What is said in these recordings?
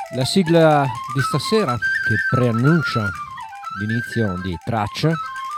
La sigla di stasera che preannuncia l'inizio di Tracce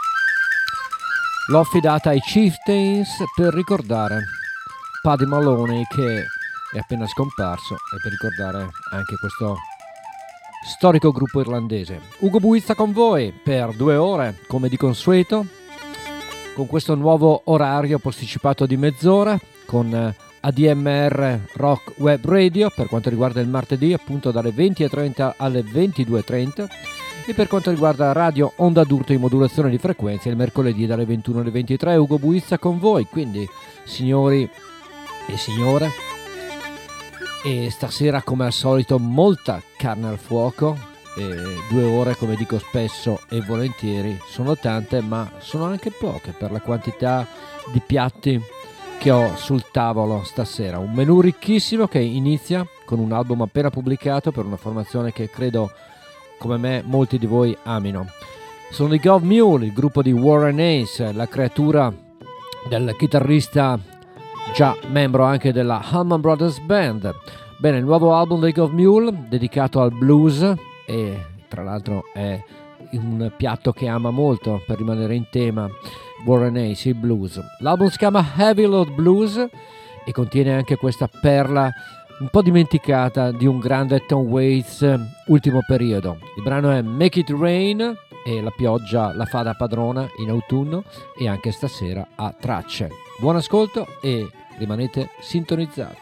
l'ho affidata ai Chieftains per ricordare Paddy Maloney che è appena scomparso e per ricordare anche questo storico gruppo irlandese. Ugo Buizza con voi per 2 ore come di consueto, con questo nuovo orario posticipato di mezz'ora, con ADMR Rock Web Radio per quanto riguarda il martedì, appunto dalle 20.30 alle 22.30, e per quanto riguarda Radio Onda d'Urto in modulazione di frequenza il mercoledì dalle 21 alle 23. Ugo Buizza con voi, quindi signori e signore, e stasera come al solito molta carne al fuoco, e 2 ore come dico spesso e volentieri sono tante, ma sono anche poche per la quantità di piatti che ho sul tavolo stasera. Un menù ricchissimo che inizia con un album appena pubblicato per una formazione che credo come me molti di voi amino. Sono i Gov Mule, il gruppo di Warren Hayes, la creatura del chitarrista già membro anche della Allman Brothers Band. Bene, il nuovo album dei Gov Mule dedicato al blues, e tra l'altro è un piatto che ama molto per rimanere in tema Warren Hayes, il blues. L'album si chiama Heavy Load Blues e contiene anche questa perla un po' dimenticata di un grande Tom Waits ultimo periodo. Il brano è Make It Rain e la pioggia la fa da padrona in autunno e anche stasera a Tracce. Buon ascolto e rimanete sintonizzati.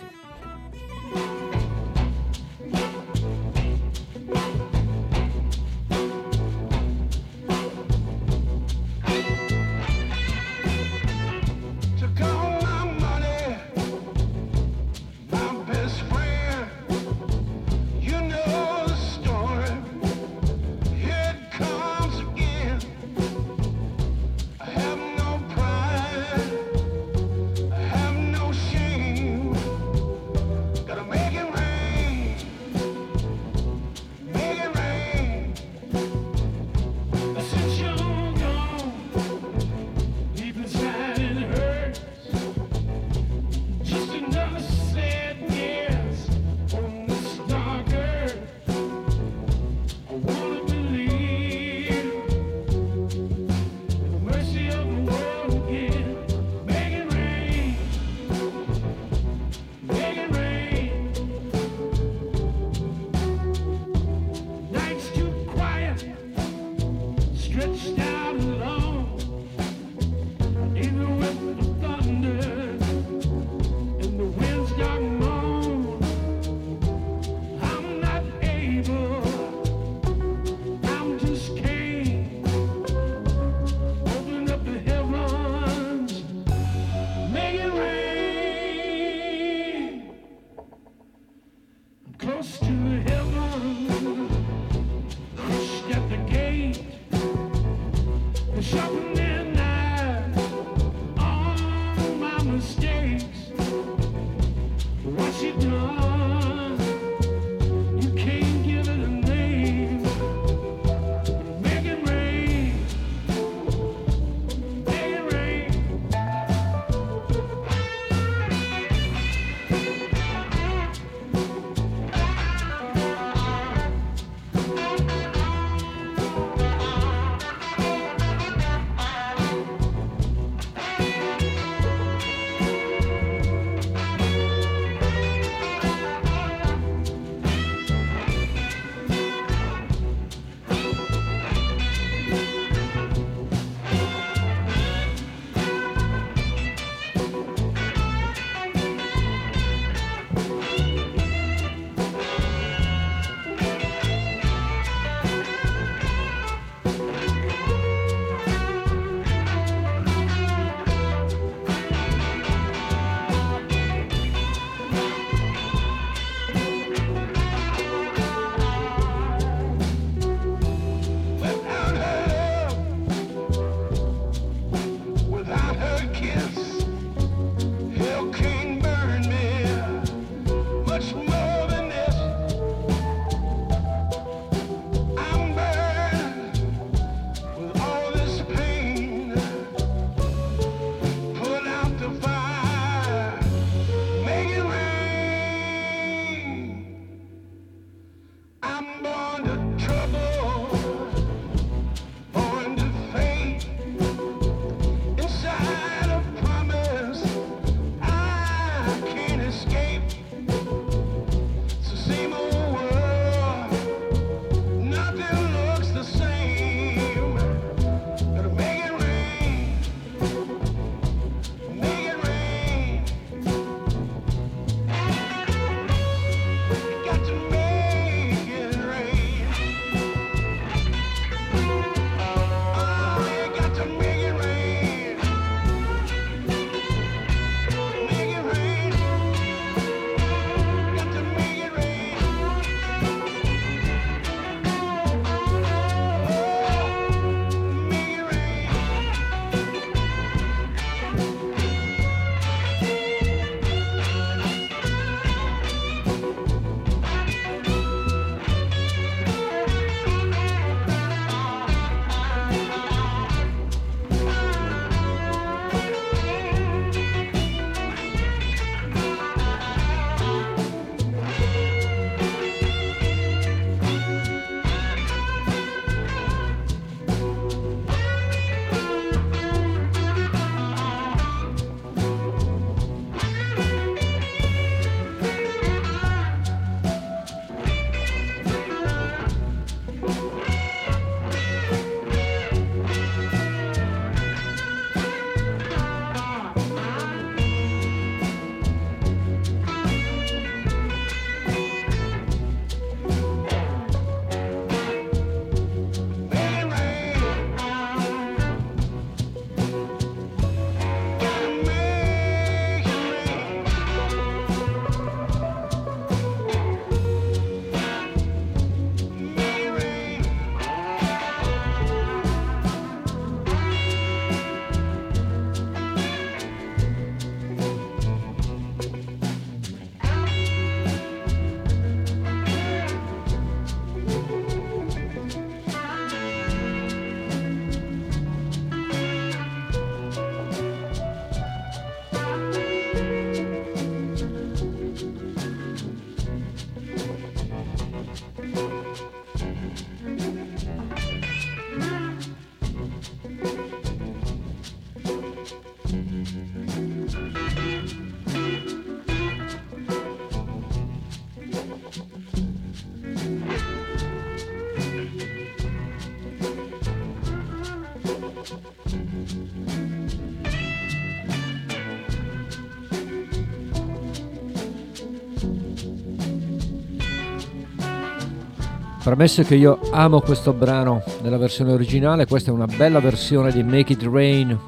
Premesso che io amo questo brano nella versione originale, questa è una bella versione di Make It Rain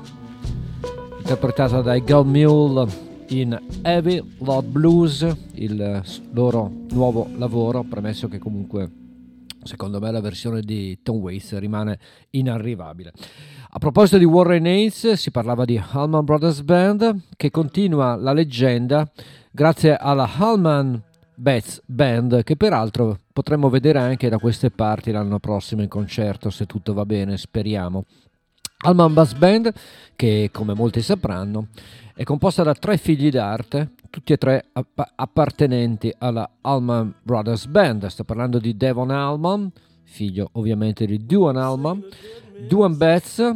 interpretata dai Gold Mule in Heavy Load Blues, il loro nuovo lavoro, premesso che comunque secondo me la versione di Tom Waits rimane inarrivabile. A proposito di Warren Haynes, si parlava di Allman Brothers Band, che continua la leggenda grazie alla Allman Betts Band, che peraltro potremmo vedere anche da queste parti l'anno prossimo in concerto, se tutto va bene, speriamo. Allman Bass Band, che come molti sapranno è composta da 3 figli d'arte, tutti e 3 appartenenti alla Allman Brothers Band. Sto parlando di Devon Allman, figlio ovviamente di Duane Allman, Duane Betts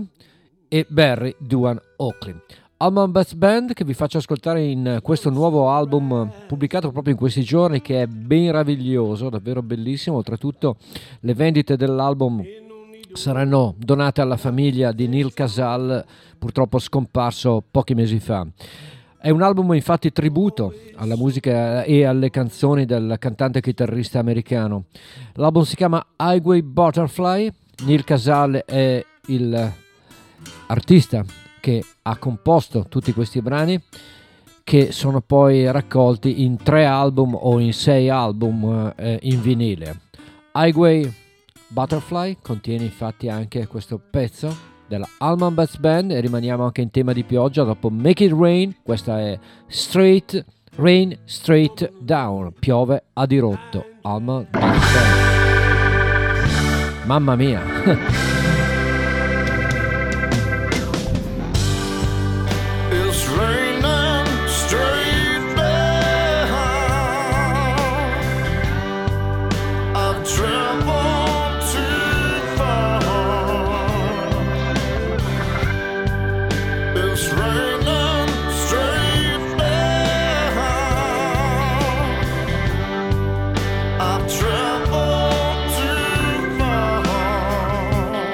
e Barry Duane Oakley. Allman Bass Band, che vi faccio ascoltare in questo nuovo album pubblicato proprio in questi giorni, che è ben meraviglioso, davvero bellissimo. Oltretutto le vendite dell'album saranno donate alla famiglia di Neil Casal, purtroppo scomparso pochi mesi fa. È un album infatti tributo alla musica e alle canzoni del cantante e chitarrista americano. L'album si chiama Highway Butterfly. Neil Casal è il artista che ha composto tutti questi brani, che sono poi raccolti in 3 album o in 6 album in vinile. Highway Butterfly contiene infatti anche questo pezzo della Allman Bass Band, e rimaniamo anche in tema di pioggia dopo Make It Rain. Questa è Straight Rain Straight Down, piove a dirotto. Allman Bass Band, mamma mia. I've traveled too far.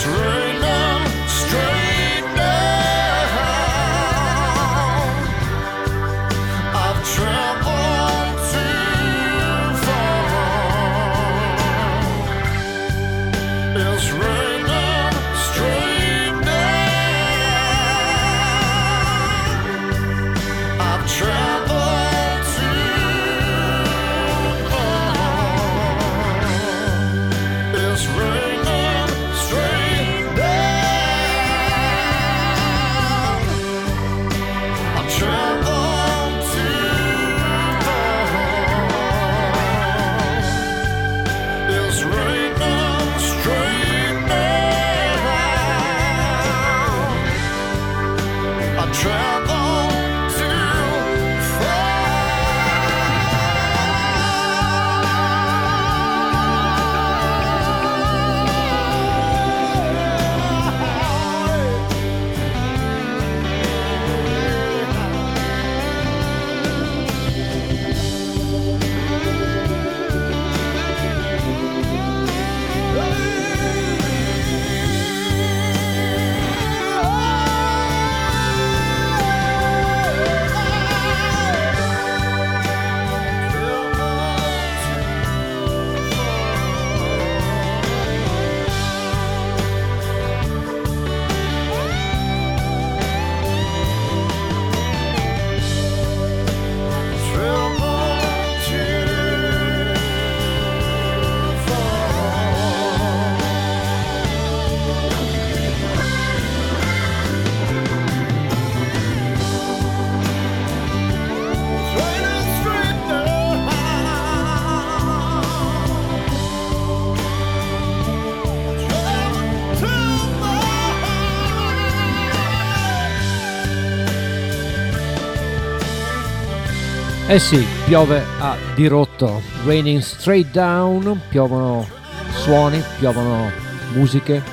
Eh sì, piove a dirotto, raining straight down, piovono suoni, piovono musiche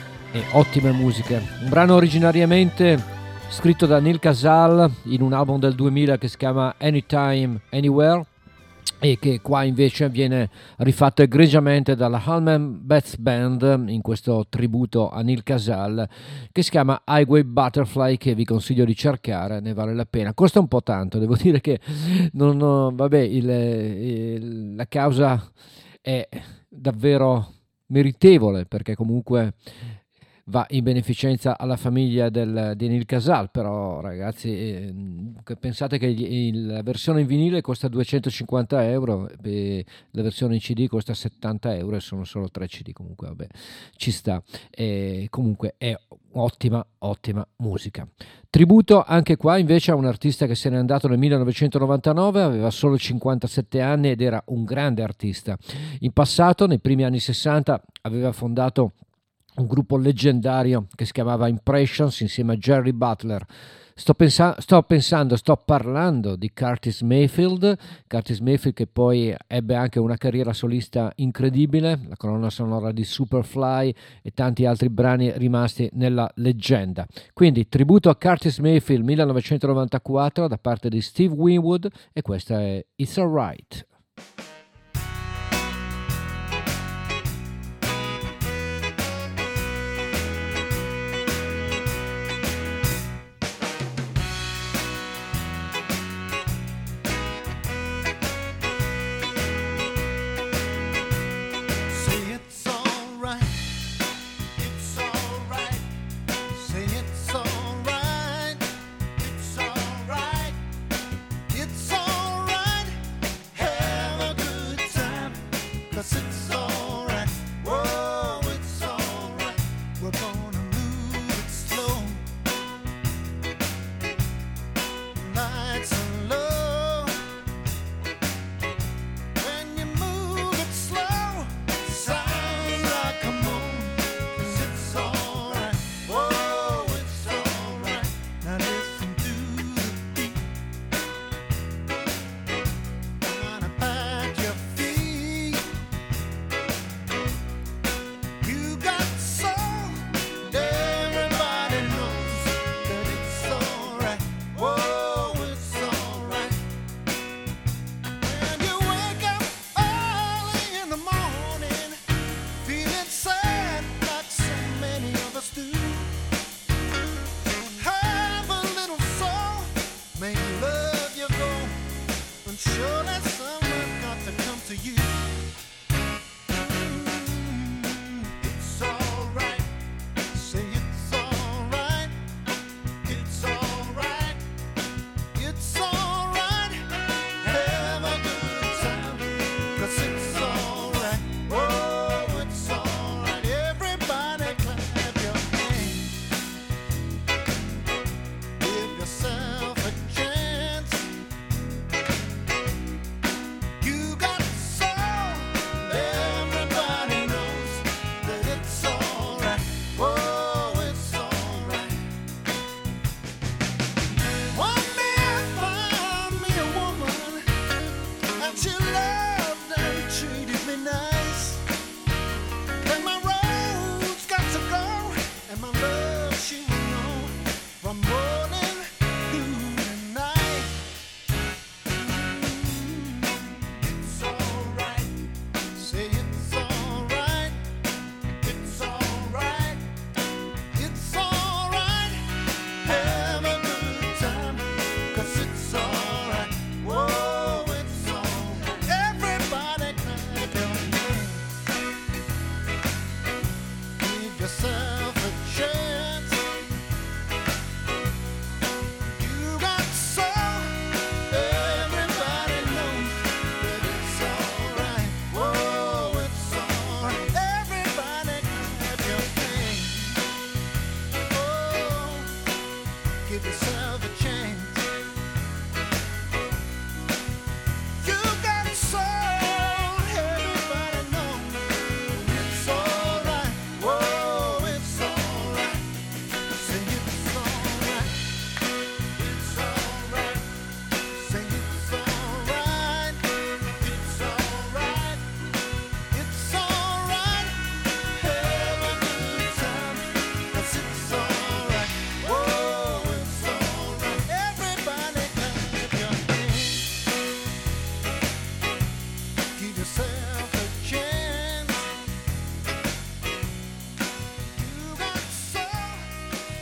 e ottime musiche. Un brano originariamente scritto da Neil Casal in un album del 2000 che si chiama Anytime, Anywhere, e che qua invece viene rifatto egregiamente dalla Allman Betts Band in questo tributo a Neil Casal che si chiama Highway Butterfly, che vi consiglio di cercare, ne vale la pena. Costa un po' tanto, devo dire che la causa è davvero meritevole, perché comunque va in beneficenza alla famiglia di Neil Casal. Però ragazzi, pensate che la versione in vinile costa 250 euro e la versione in CD costa 70 euro e sono solo 3 CD, comunque vabbè, ci sta. E comunque è ottima musica. Tributo anche qua invece a un artista che se n'è andato nel 1999, aveva solo 57 anni ed era un grande artista. In passato, nei primi anni 60, aveva fondato un gruppo leggendario che si chiamava Impressions insieme a Jerry Butler. Sto parlando di Curtis Mayfield che poi ebbe anche una carriera solista incredibile, la colonna sonora di Superfly e tanti altri brani rimasti nella leggenda. Quindi tributo a Curtis Mayfield 1994 da parte di Steve Winwood, e questa è It's Alright. Hey!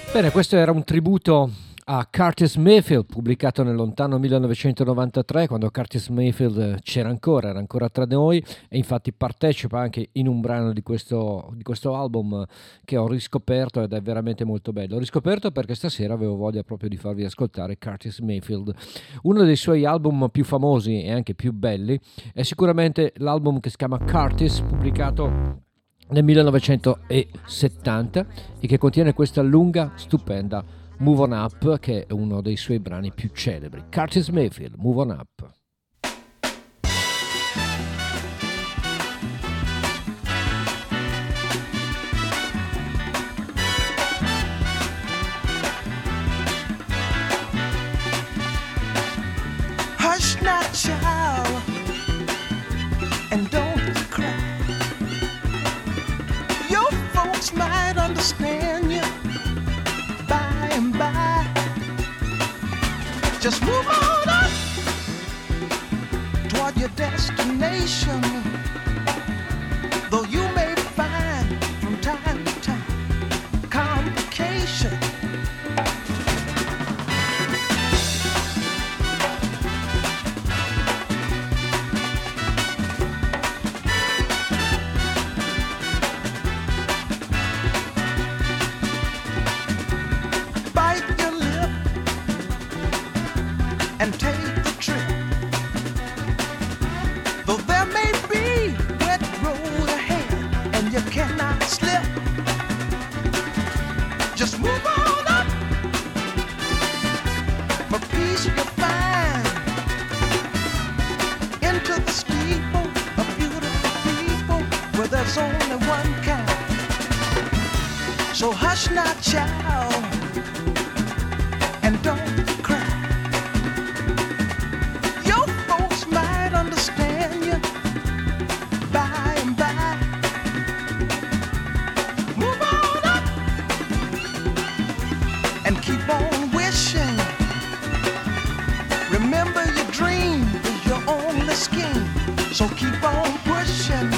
Bene, questo era un tributo a Curtis Mayfield, pubblicato nel lontano 1993, quando Curtis Mayfield c'era ancora, era ancora tra noi, e infatti partecipa anche in un brano di questo album che ho riscoperto ed è veramente molto bello. Ho riscoperto perché stasera avevo voglia proprio di farvi ascoltare Curtis Mayfield. Uno dei suoi album più famosi e anche più belli è sicuramente l'album che si chiama Curtis, pubblicato nel 1970 e che contiene questa lunga, stupenda Move On Up, che è uno dei suoi brani più celebri. Curtis Mayfield, Move On Up. Hush not, child, and don't cry. Your folks might understand you by and by. Just move on up toward your destination. Though you may find from time to time complications. And take the trip. Though there may be wet road ahead and you cannot slip, just move on up for peace you'll find. Into the steeple of beautiful people where there's only one kind. So hush not, child, and don't cry. Understand you by and by. Move on up and keep on wishing. Remember your dream is your only scheme, so keep on pushing.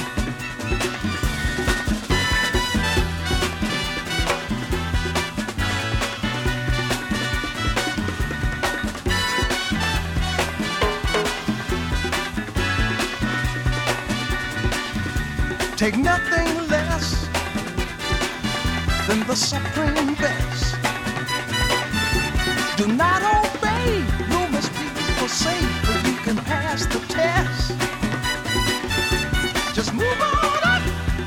Take nothing less than the supreme best. Do not obey rumors people say, but you can pass the test. Just move on up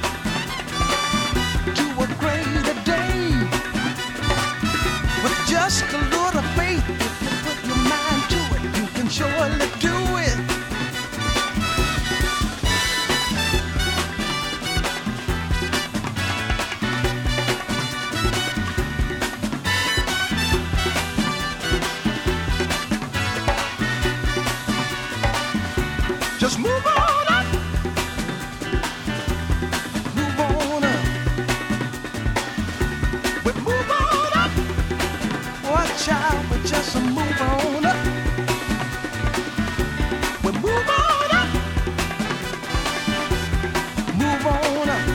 to a greater day. With just a little faith, if you put your mind to it, you can surely do it. Just move on up. Move on up. We move on up. Watch out, we just move on up. We move on up. Move on up.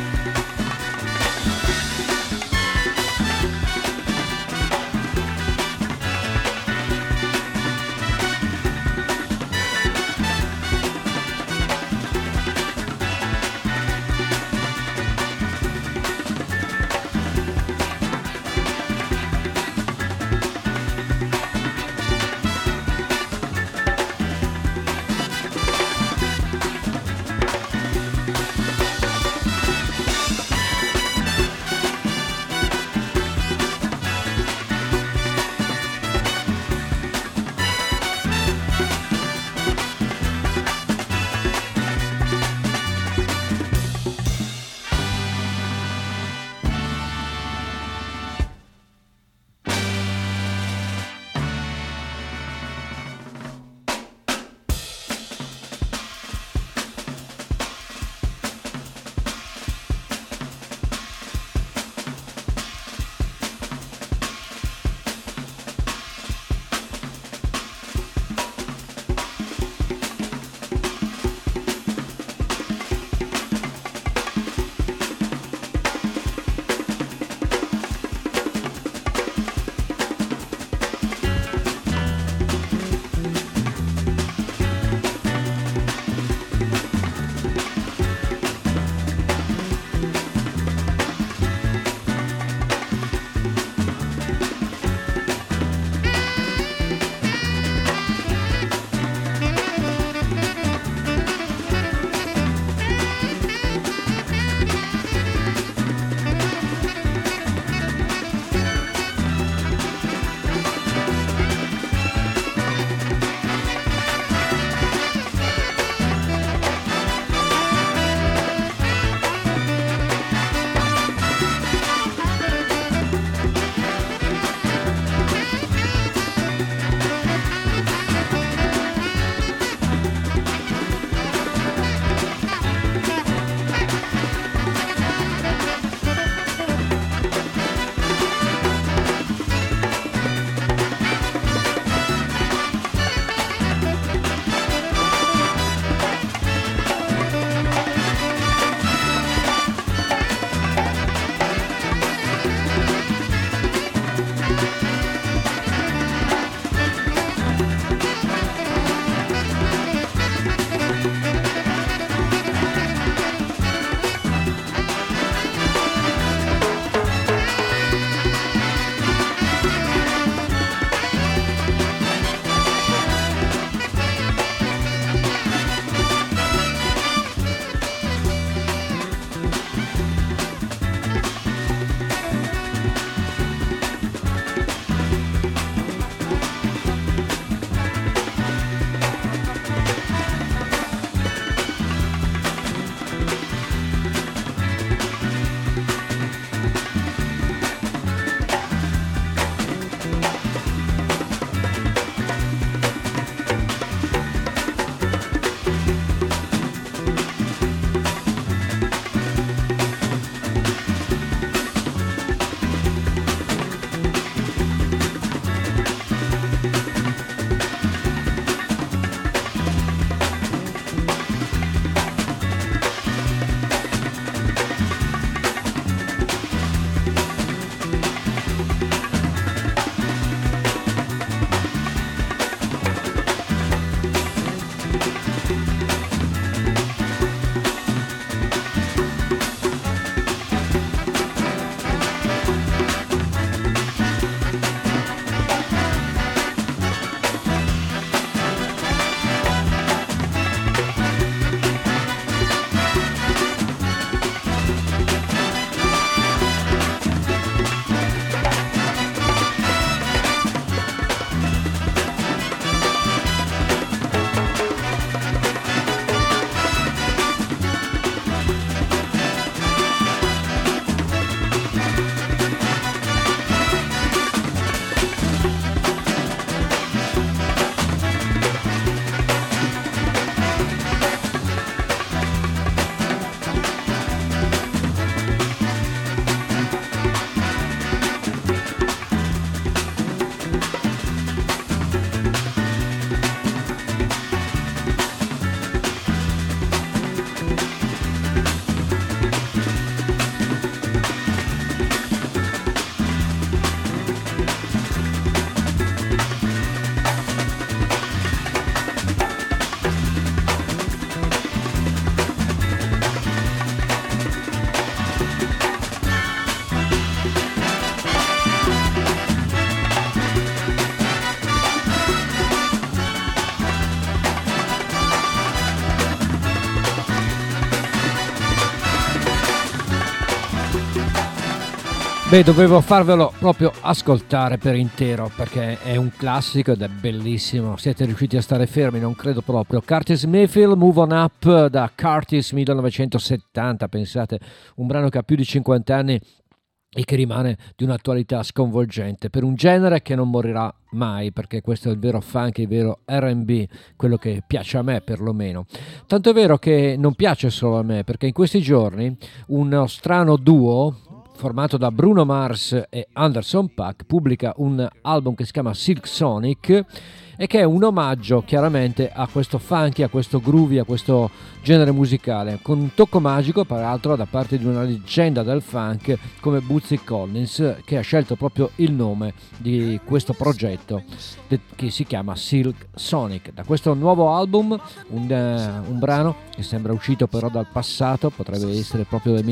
Beh, dovevo farvelo proprio ascoltare per intero perché è un classico ed è bellissimo. Siete riusciti a stare fermi? Non credo proprio. Curtis Mayfield, Move On Up da Curtis 1970. Pensate, un brano che ha più di 50 anni e che rimane di un'attualità sconvolgente per un genere che non morirà mai, perché questo è il vero funk, il vero R&B, quello che piace a me perlomeno. Tanto è vero che non piace solo a me, perché in questi giorni uno strano duo formato da Bruno Mars e Anderson .Paak pubblica un album che si chiama Silk Sonic e che è un omaggio chiaramente a questo funky, a questo groovy, a questo genere musicale, con un tocco magico peraltro da parte di una leggenda del funk come Bootsy Collins, che ha scelto proprio il nome di questo progetto che si chiama Silk Sonic. Da questo nuovo album un brano che sembra uscito però dal passato, potrebbe essere proprio del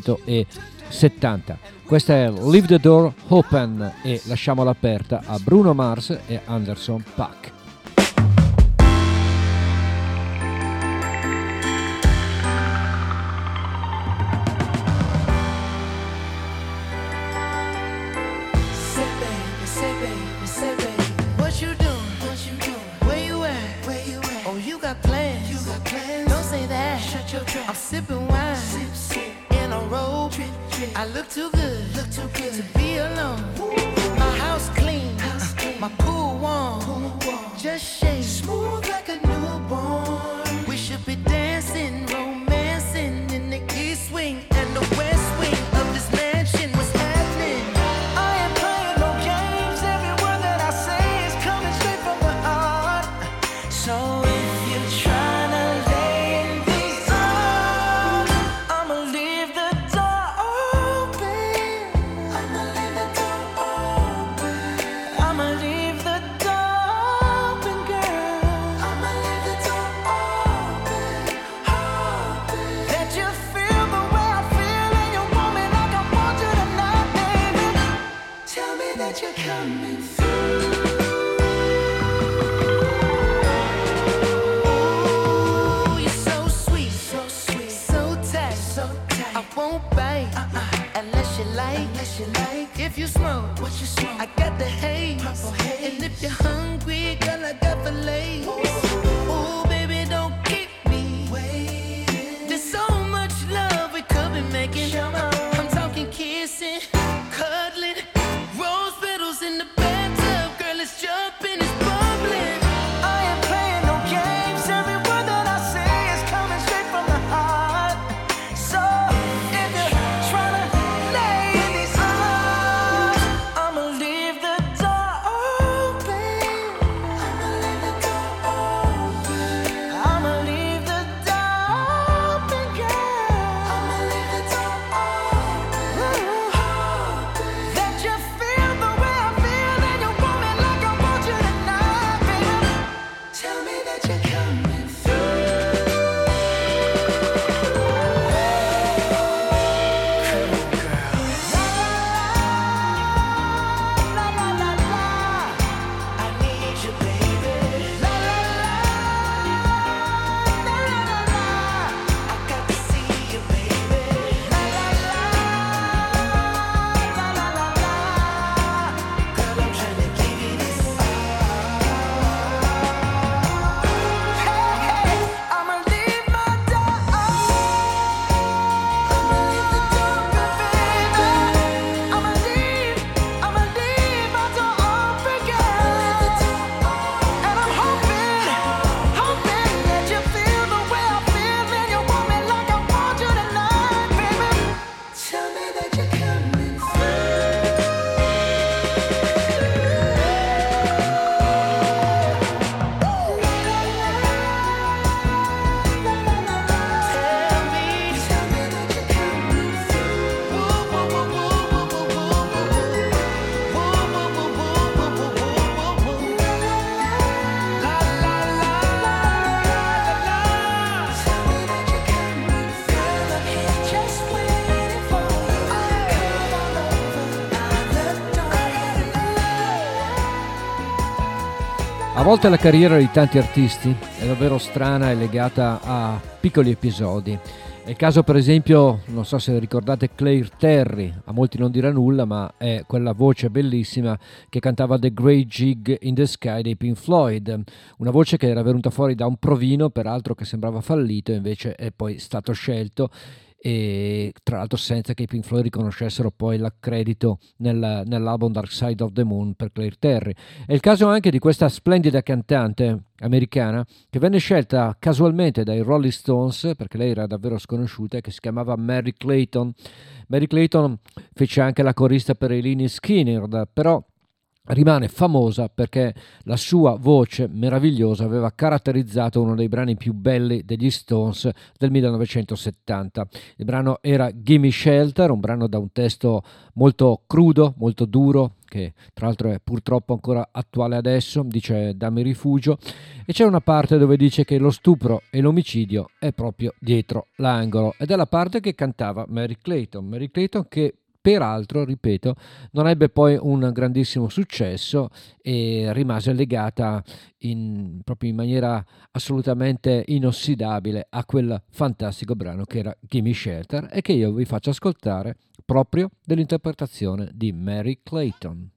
1970. Questa è Leave the Door Open e lasciamola aperta a Bruno Mars e Anderson .Paak. I'm sipping wine in a robe. I look too good to be alone. My house clean, my pool warm. Just shake smooth like a newborn. We should be dancing, romancing in the east wing and the west wing of this mansion. What's happening? I ain't playing no games. Every word that I say is coming straight from the heart. So if you're trying to if you smoke, what you smoke? I got the haze. And if you're hungry, girl, I got fillets. Ooh, baby, don't keep me waiting. There's so much love we could be making. I'm talking kissing, cuddling, rose petals in the bathtub. Girl, it's jumping, it's bubbling. I ain't playing no games. Every word that I say is coming straight from the heart. So if you're trying to lay in these arms, I'ma leave the door A volte la carriera di tanti artisti è davvero strana e legata a piccoli episodi. È il caso per esempio, non so se ricordate Claire Terry, a molti non dirà nulla, ma è quella voce bellissima che cantava The Great Gig in the Sky dei Pink Floyd, una voce che era venuta fuori da un provino, peraltro che sembrava fallito, invece è poi stato scelto, e tra l'altro senza che i Pink Floyd riconoscessero poi l'accredito nell'album Dark Side of the Moon per Claire Terry. È il caso anche di questa splendida cantante americana che venne scelta casualmente dai Rolling Stones, perché lei era davvero sconosciuta, e che si chiamava Mary Clayton. Mary Clayton fece anche la corista per i Lynyrd Skynyrd, però rimane famosa perché la sua voce meravigliosa aveva caratterizzato uno dei brani più belli degli Stones del 1970. Il brano era Gimme Shelter, un brano da un testo molto crudo, molto duro, che tra l'altro è purtroppo ancora attuale adesso, dice dammi rifugio, e c'è una parte dove dice che lo stupro e l'omicidio è proprio dietro l'angolo, ed è la parte che cantava Mary Clayton che peraltro, ripeto, non ebbe poi un grandissimo successo e rimase legata proprio in maniera assolutamente inossidabile a quel fantastico brano che era Gimme Shelter, e che io vi faccio ascoltare proprio dell'interpretazione di Mary Clayton.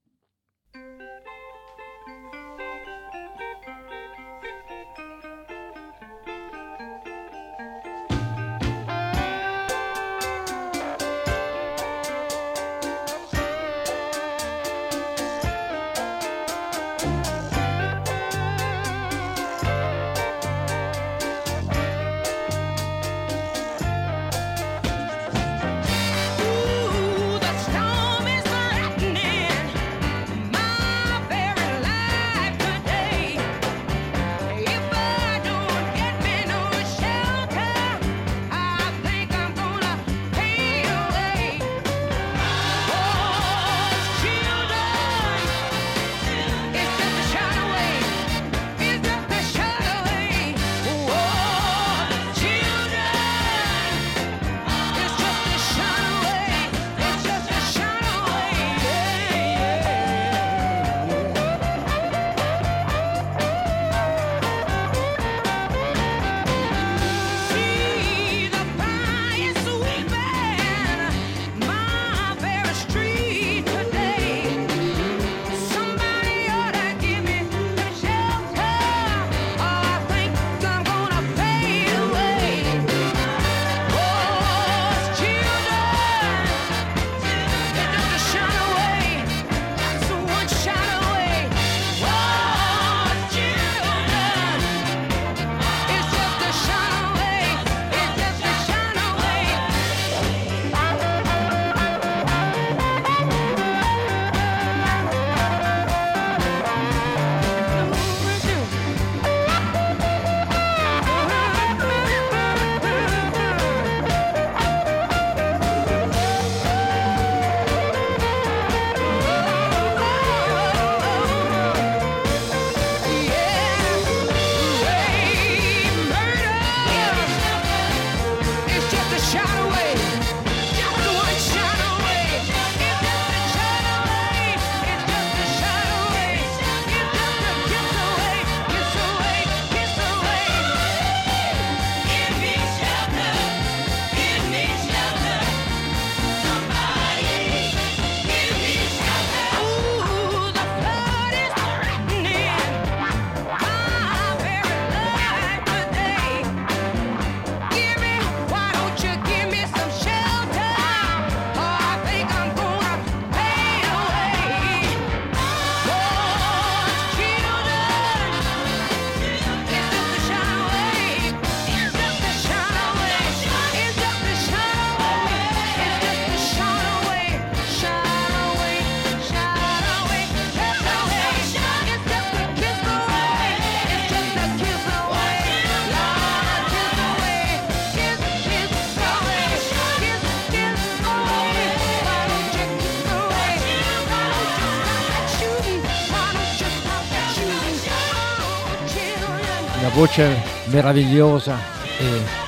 Voce meravigliosa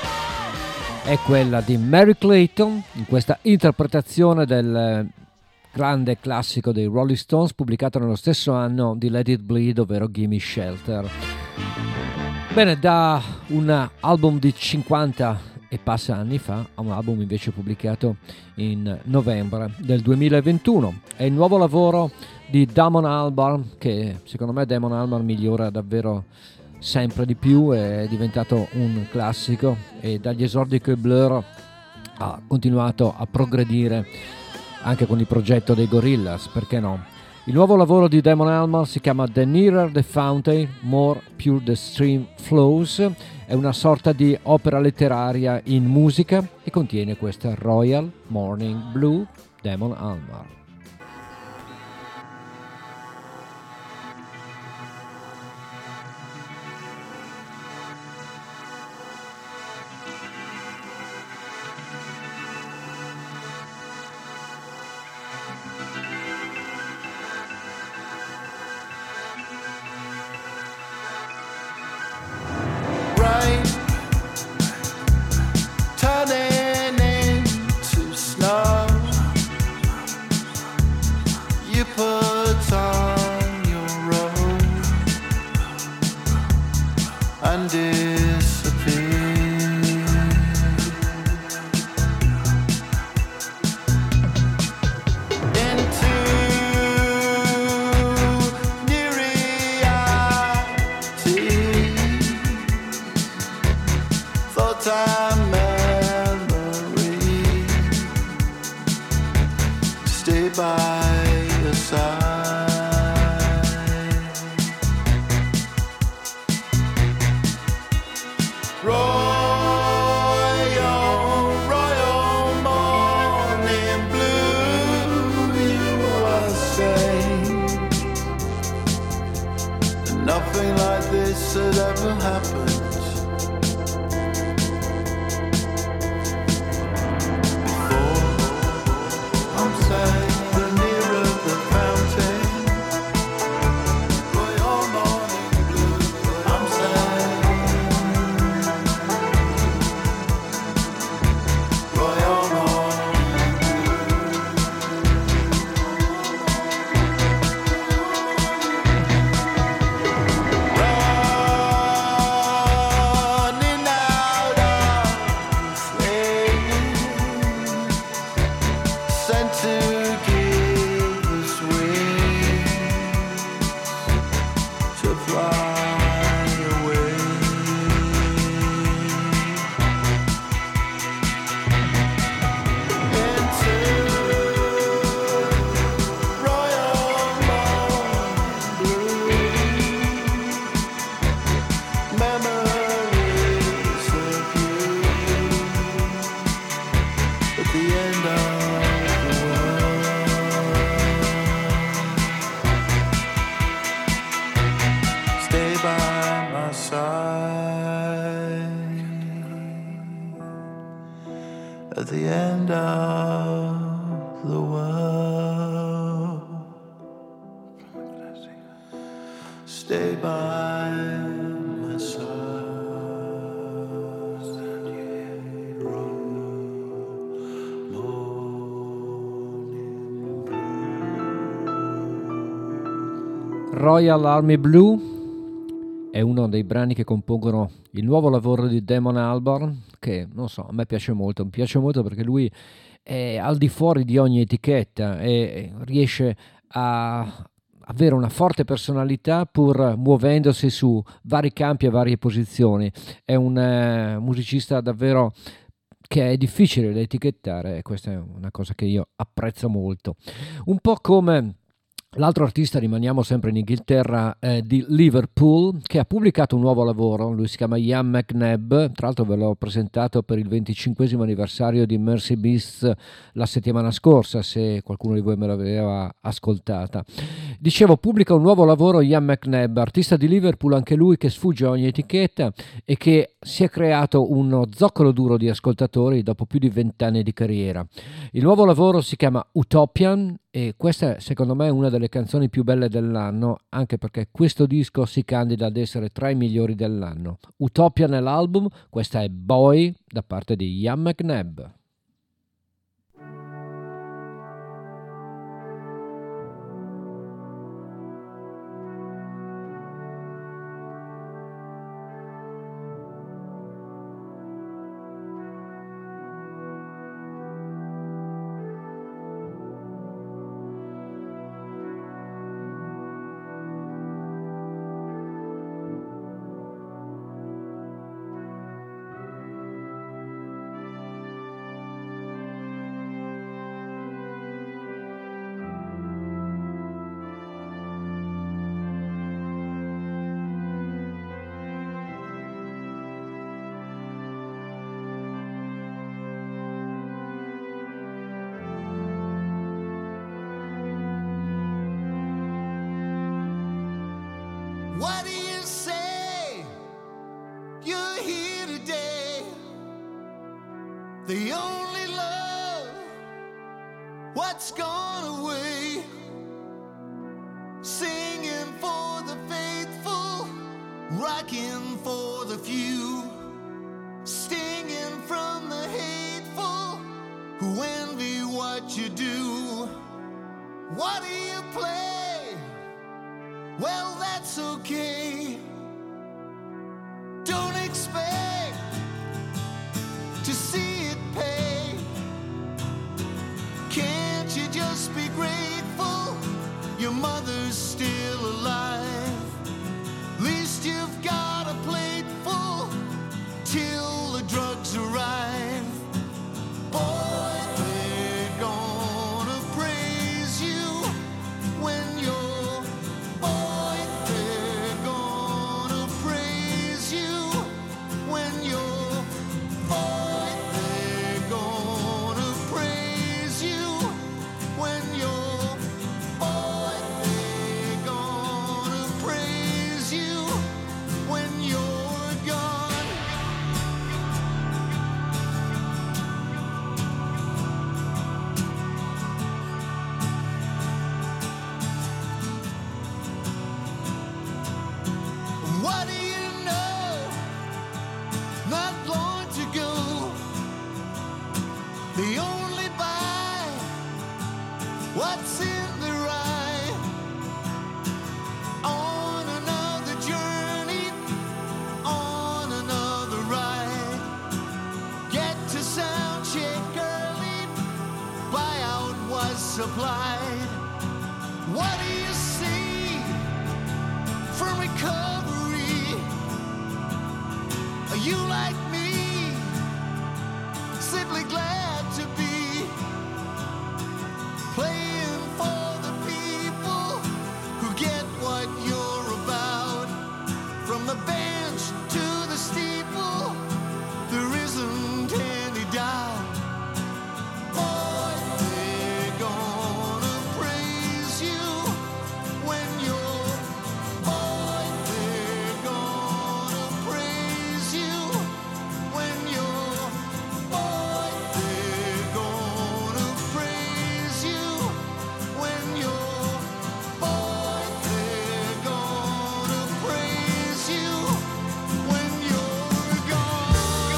è quella di Mary Clayton in questa interpretazione del grande classico dei Rolling Stones, pubblicato nello stesso anno di Let It Bleed, ovvero Gimme Shelter. Bene, da un album di 50 e passa anni fa a un album invece pubblicato in novembre del 2021. È il nuovo lavoro di Damon Albarn, che secondo me Damon Albarn migliora davvero sempre di più, è diventato un classico e dagli esordi che Blur ha continuato a progredire anche con il progetto dei Gorillaz, perché no? Il nuovo lavoro di Damon Albarn si chiama The Nearer the Fountain, More Pure the Stream Flows, è una sorta di opera letteraria in musica e contiene questa Royal Morning Blue, Damon Albarn. At the end of the world, stay by my side. Royal Army Blue è uno dei brani che compongono il nuovo lavoro di Damon Albarn, che non so, a me piace molto, mi piace molto perché lui è al di fuori di ogni etichetta e riesce a avere una forte personalità pur muovendosi su vari campi e varie posizioni. È un musicista davvero che è difficile da etichettare e questa è una cosa che io apprezzo molto. Un po' come l'altro artista, rimaniamo sempre in Inghilterra, di Liverpool, che ha pubblicato un nuovo lavoro. Lui si chiama Ian McNabb, tra l'altro ve l'ho presentato per il 25esimo anniversario di Mercy Beasts la settimana scorsa, se qualcuno di voi me l'aveva ascoltata. Dicevo, pubblica un nuovo lavoro Ian McNabb, artista di Liverpool anche lui, che sfugge a ogni etichetta e che si è creato uno zoccolo duro di ascoltatori dopo più di 20 anni di carriera. Il nuovo lavoro si chiama Utopian e questa è secondo me una delle canzoni più belle dell'anno, anche perché questo disco si candida ad essere tra i migliori dell'anno. Utopia nell'album, questa è Boy da parte di Ian McNabb. What do you say? You're here today. The only love what's gone away. Singing for the faithful, rocking for the few, stinging from the hateful who envy what you do. What do you play? Well, that's okay. Don't expect to see it pay. Can't you just be grateful your mother's still alive? At least you've got a plate full till the drugs arrive. Boy, they're gonna praise you when you're, boy, they're gonna praise you when you're, boy, they're gonna praise you when you're, boy, they're gonna praise you when you're gone. What do you know? Not long to go. They only buy what's in the rye. On another journey, on another ride. Get to sound check early, buyout was supplied. What do you see from recovery? Are you like me, simply glad to be playing for the people who get what you're about? From the bench to the steeple, there isn't any doubt. Boy, they're gonna praise you when you're, boy, they're gonna praise you when you're, boy, they're gonna praise you when you're, boy, they're gonna praise you when you're gone.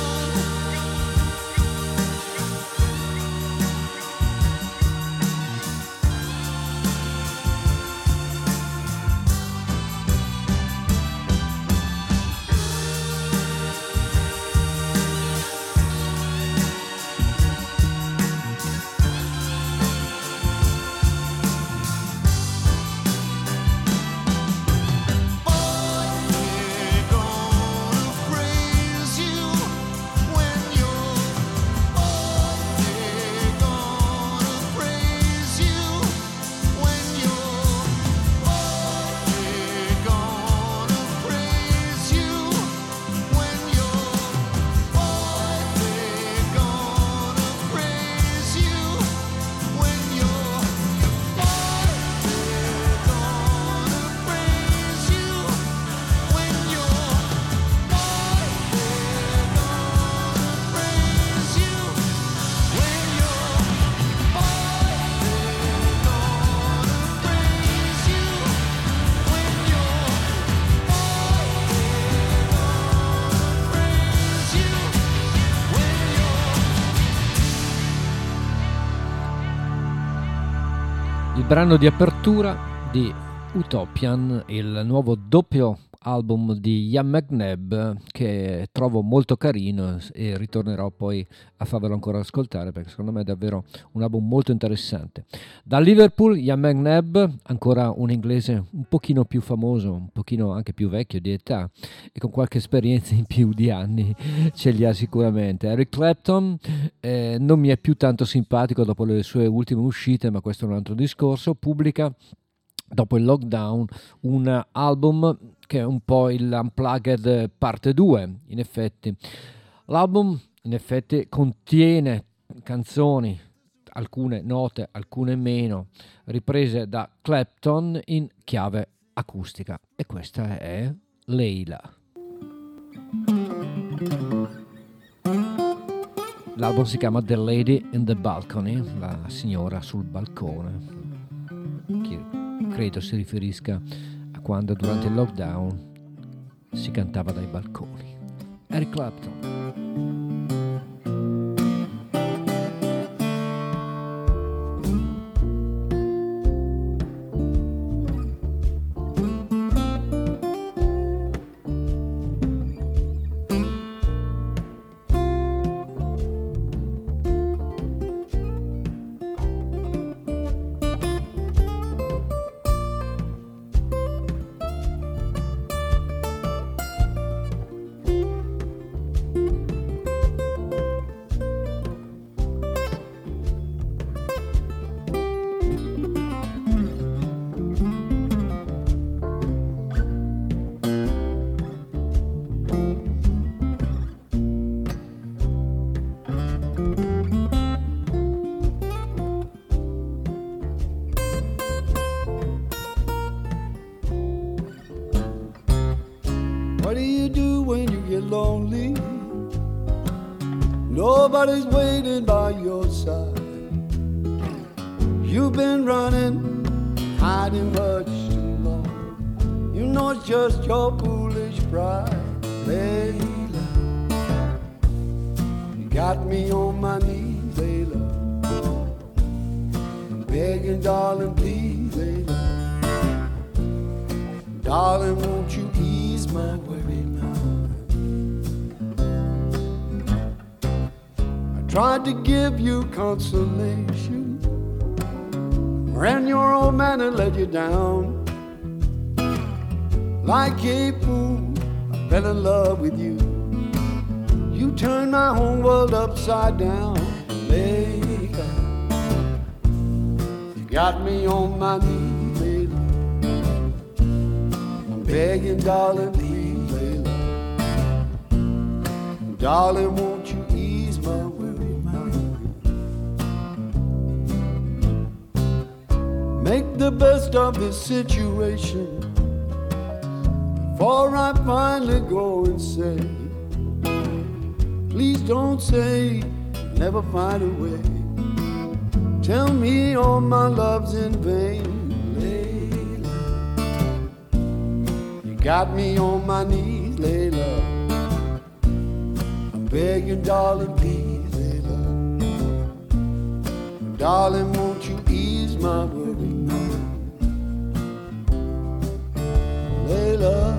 They're gonna praise you when you're, they're gonna praise you when you're, they're gonna praise you when you're, they're gonna praise you when you're, they're gonna praise you when you're, they're gonna praise you when you're, they're gonna praise you when you're, praise you when you're. Il brano di apertura di Utopian, il nuovo doppio album di Ian McNabb, che trovo molto carino e ritornerò poi a farvelo ancora ascoltare, perché secondo me è davvero un album molto interessante. Da Liverpool, Ian McNabb, ancora un inglese un pochino più famoso, un pochino anche più vecchio di età e con qualche esperienza in più di anni ce li ha sicuramente. Eric Clapton non mi è più tanto simpatico dopo le sue ultime uscite, ma questo è un altro discorso. Pubblica dopo il lockdown un album che è un po' il Unplugged parte 2. In effetti l'album contiene canzoni, alcune note, alcune meno, riprese da Clapton in chiave acustica, e questa è Leila. L'album si chiama The Lady in the Balcony, la signora sul balcone, che credo si riferisca a quando durante il lockdown si cantava dai balconi. Eric Clapton. What do you do when you get lonely? Nobody's waiting by your side. You've been running, hiding much too long. You know it's just your foolish pride. Layla, you got me on my knees, Layla. I'm begging, darling, please, Layla. Darling, won't you ease my worry mind? I tried to give you consolation when your old man had let you down. Like a fool, I fell in love with you. You turned my whole world upside down. Layla, you got me on my knees, Layla. Begging, darling, please, Layla. Darling, won't you ease my worry mind? Make the best of this situation before I finally go and say, please don't say you'll never find a way. Tell me all my love's in vain. Got me on my knees, Layla. I'm begging, darling, please, Layla. Darling, won't you ease my worry mind? Layla,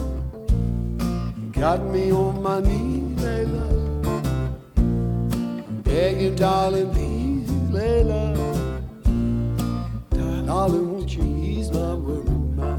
got me on my knees, Layla. I'm begging, darling, please, Layla. Darling, won't you ease my worry mind?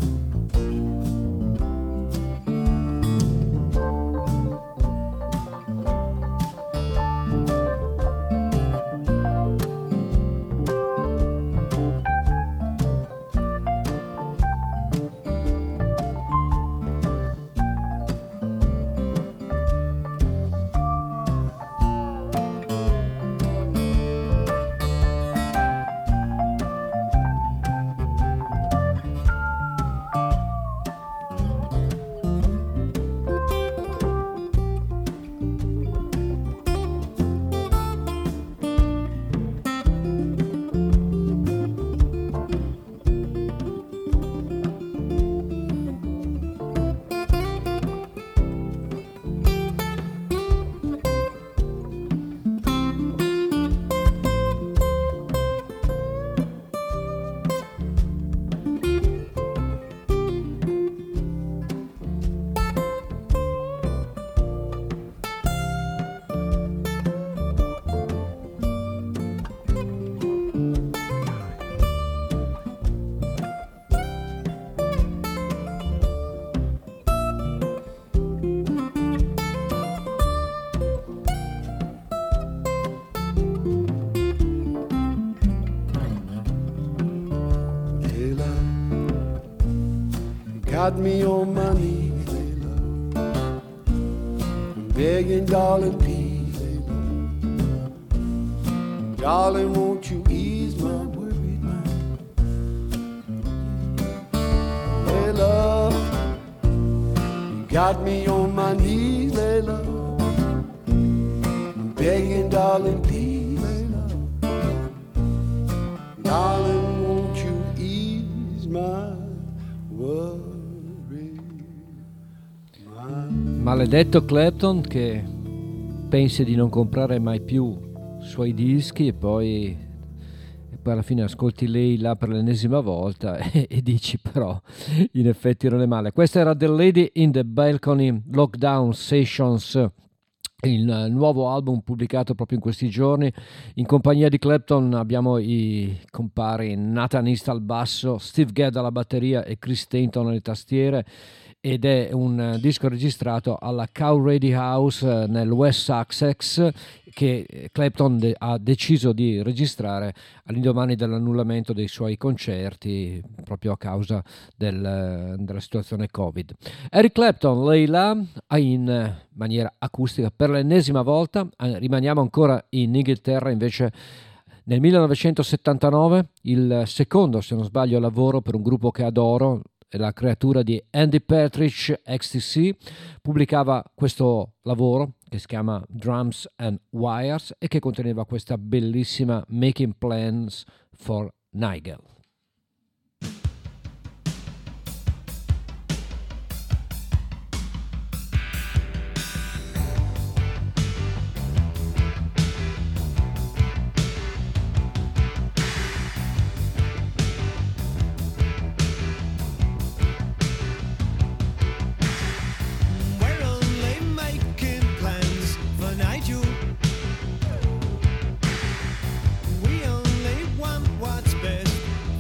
Got me on my knees, Layla. I'm begging, darling, please, Layla. Darling, won't you ease my worried mind? got me on my knees, Layla, begging, darling, please, Layla, darling, won't you ease my worry, Maledetto Clapton che pensi di non comprare mai più suoi dischi e poi alla fine ascolti lei là per l'ennesima volta e dici però in effetti non è male. Questa era The Lady in the Balcony Lockdown Sessions, il nuovo album pubblicato proprio in questi giorni. In compagnia di Clapton abbiamo i compari Nathan East al basso, Steve Gadd alla batteria e Chris Stainton alle tastiere, ed è un disco registrato alla Cowrady House nel West Sussex, che Clapton ha deciso di registrare all'indomani dell'annullamento dei suoi concerti proprio a causa della situazione Covid. Eric Clapton, Layla, in maniera acustica per l'ennesima volta. Rimaniamo ancora in Inghilterra invece. Nel 1979 il secondo, se non sbaglio, lavoro per un gruppo che adoro, la creatura di Andy Partridge, XTC, pubblicava questo lavoro che si chiama Drums and Wires e che conteneva questa bellissima Making Plans for Nigel. We only want what's best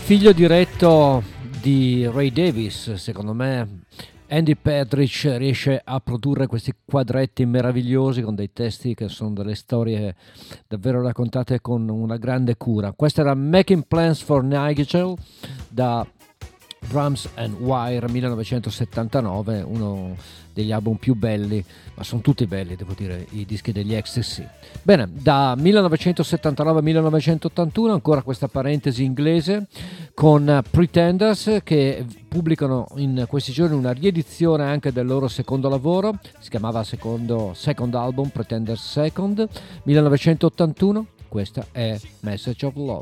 figlio diretto di Ray Davis, secondo me Andy Partridge riesce a produrre questi quadretti meravigliosi con dei testi che sono delle storie davvero raccontate con una grande cura. Questa era Making Plans for Nigel da Drums and Wire 1979, uno degli album più belli, ma sono tutti belli, devo dire, i dischi degli Ecstasy. Bene, da 1979 a 1981 ancora questa parentesi inglese con Pretenders, che pubblicano in questi giorni una riedizione anche del loro secondo lavoro, si chiamava second album, Pretenders Second, 1981. Questa è Message of Love.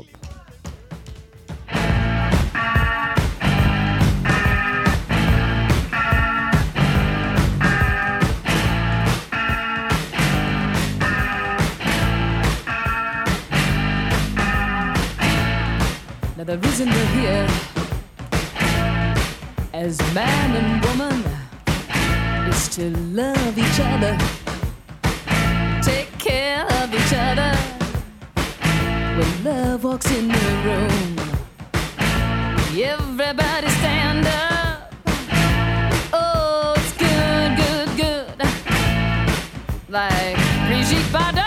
Now the reason we're here as man and woman is to love each other, take care of each other. When love walks in the room, everybody stand up. Oh, it's good, good, good, like Brigitte Bardot.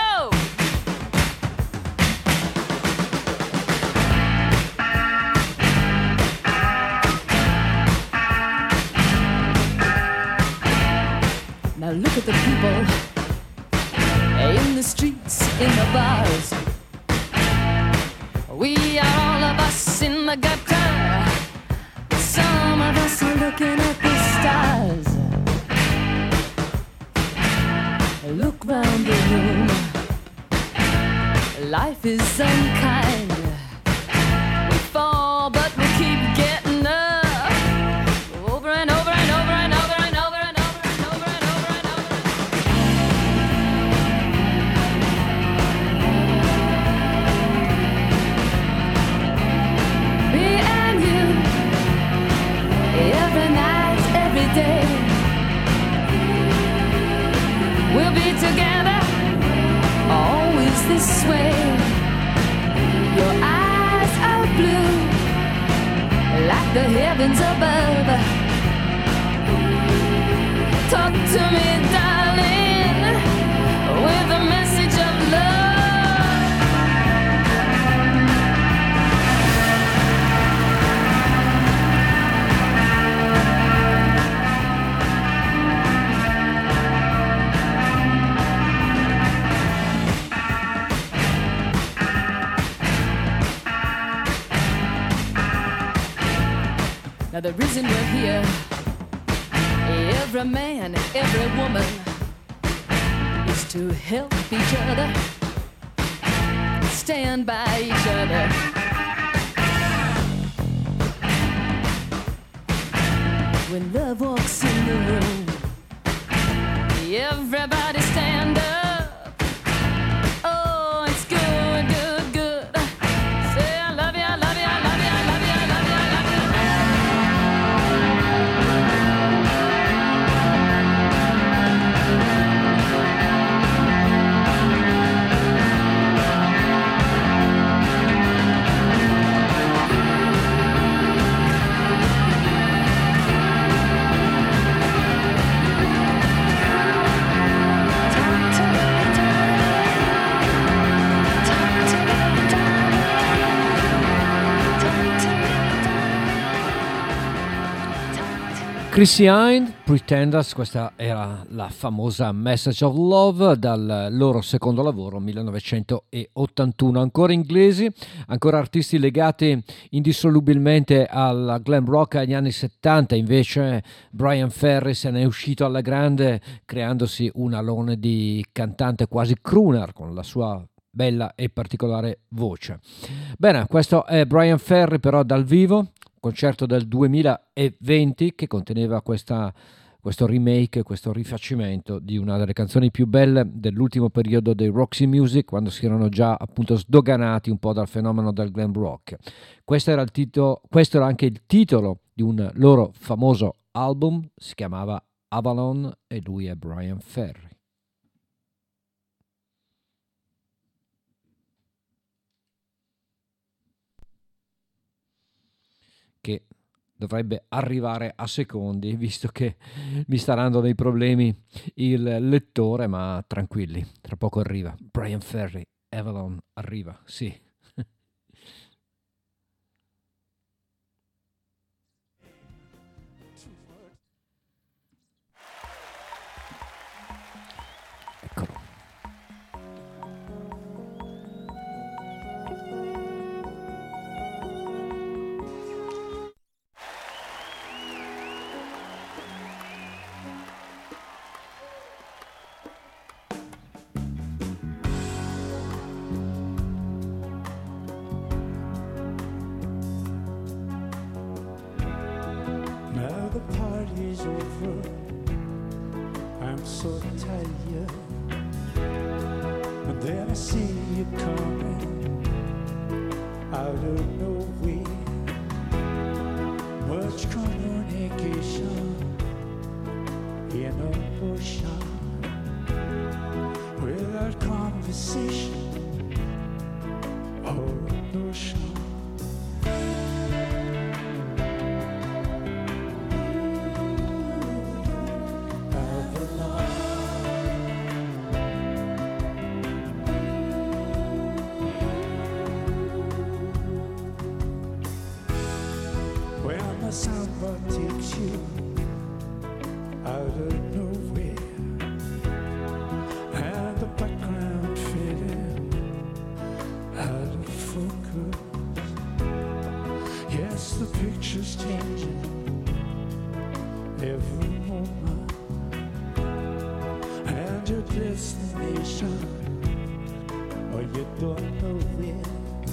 Now look at the people in the streets, in the bars. We are all of us in the gutter. Some of us are looking at the stars. Look round the room. Life is unkind. We fall, but we keep getting up. Over and over and over and over and over and over and over and over and over. Me and you, every night, every day. We'll be together, always this way. Your eyes are blue, like the heavens above. Talk to me, darling, with a message of love. Now the reason we're here, every man, every woman, is to help each other, stand by each other. When love walks in the room, everybody stand up. Oh, it's good, good, good. Say I love you, I love you, I love you, I love you, I love you, I love you. Chrissy Hynde, Pretenders, questa era la famosa Message of Love dal loro secondo lavoro 1981. Ancora inglesi, ancora artisti legati indissolubilmente al glam rock agli anni 70, invece Brian Ferry se ne è uscito alla grande creandosi un alone di cantante quasi crooner con la sua bella e particolare voce. Bene, questo è Brian Ferry però dal vivo, concerto del 2020 che conteneva questo remake, questo rifacimento di una delle canzoni più belle dell'ultimo periodo dei Roxy Music, quando si erano già appunto sdoganati un po' dal fenomeno del glam rock. Questo era anche il titolo di un loro famoso album, si chiamava Avalon e lui è Brian Ferry. che dovrebbe arrivare a secondi, visto che mi sta dando dei problemi il lettore, ma tranquilli, tra poco arriva. Brian Ferry, Avalon arriva, sì. Eccolo. Now the party's over, I'm so tired. But then I see you coming out of nowhere. Much communication in a ocean without conversation or notion. When the samba takes you out of nowhere and the background fading out of focus. Yes, the picture's changing every moment, and your destination, or you don't know where.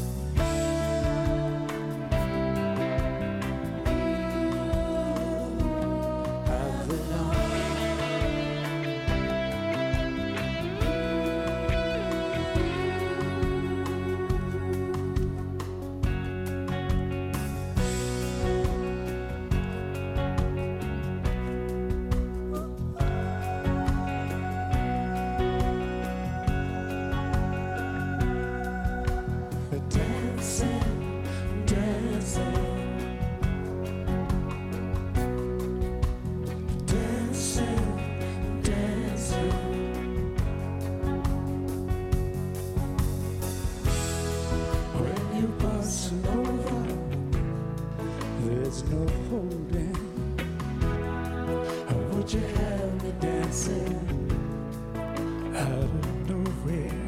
There's no holding. Or would you have me dancing out of nowhere?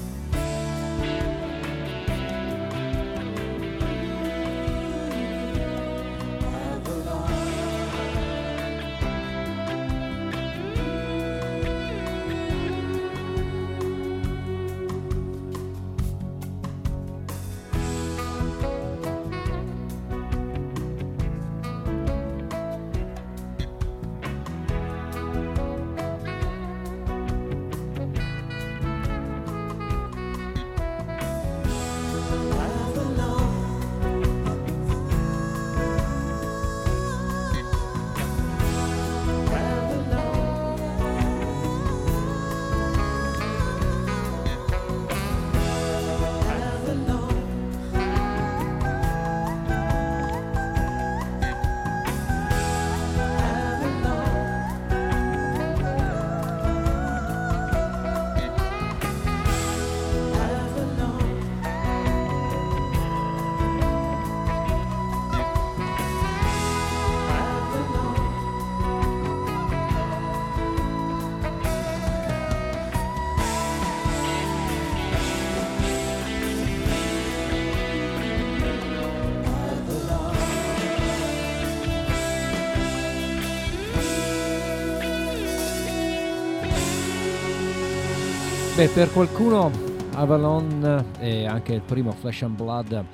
Beh, per qualcuno Avalon e anche il primo Flesh and Blood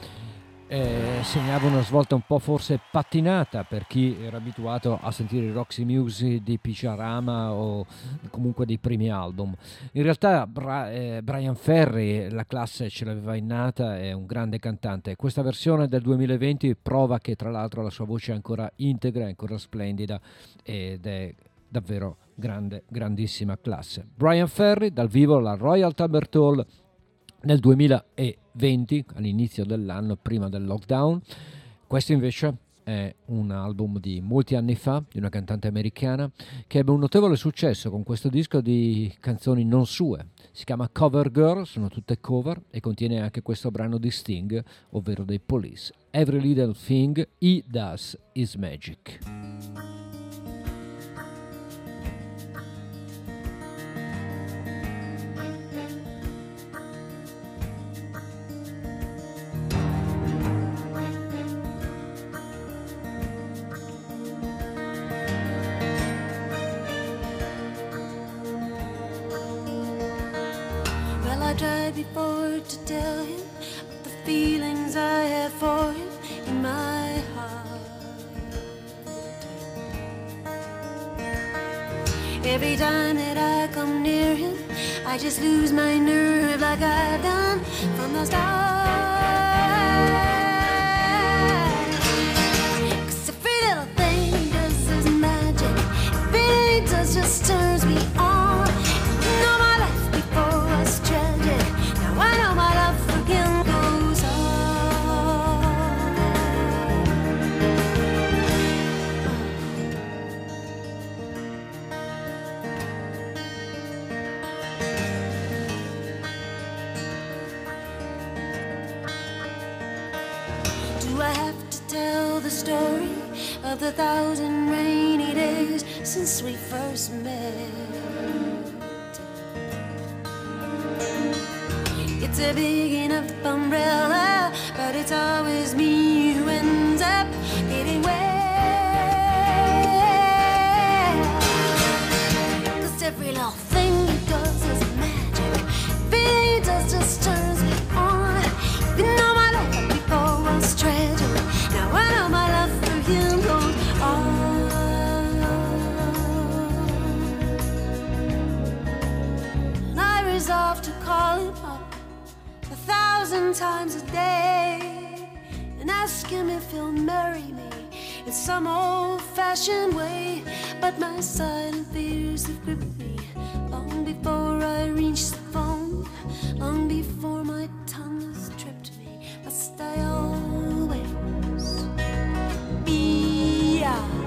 segnava una svolta un po' forse pattinata per chi era abituato a sentire i Roxy Music di Pyjarama o comunque dei primi album. In realtà Brian Ferry la classe ce l'aveva innata, è un grande cantante. Questa versione del 2020 prova che tra l'altro la sua voce è ancora integra, è ancora splendida ed è davvero grande, grandissima classe. Brian Ferry dal vivo alla Royal Albert Hall nel 2020, all'inizio dell'anno, prima del lockdown. Questo invece è è un album di molti anni fa, di una cantante americana che ebbe un notevole successo con questo disco di canzoni non sue. Si chiama Cover Girl, sono tutte cover e contiene anche questo brano di Sting, ovvero dei Police. Every Little Thing He Does Is Magic. I tried before to tell him of the feelings I had for him in my heart. Every time that I come near him, I just lose my nerve like I've done from the start. 'Cause every little thing he does is magic. Everything he does just turns me on. You know my life before was tragic. Now I know my love for him goes on. Do I have to tell the story of the 1,000 rainy days since we first met? It's a big enough umbrella, but it's always me who ends up getting wet. 'Cause every little thing he does is magic. Everything he does just turns me on. You know my love before was tragic. Now I know my love for him goes on. And I resolved to call him up 1,000 times a day and ask him if he'll marry me in some old-fashioned way. But my silent fears have gripped me long before I reached the phone, long before my tongue has tripped me. Must I always be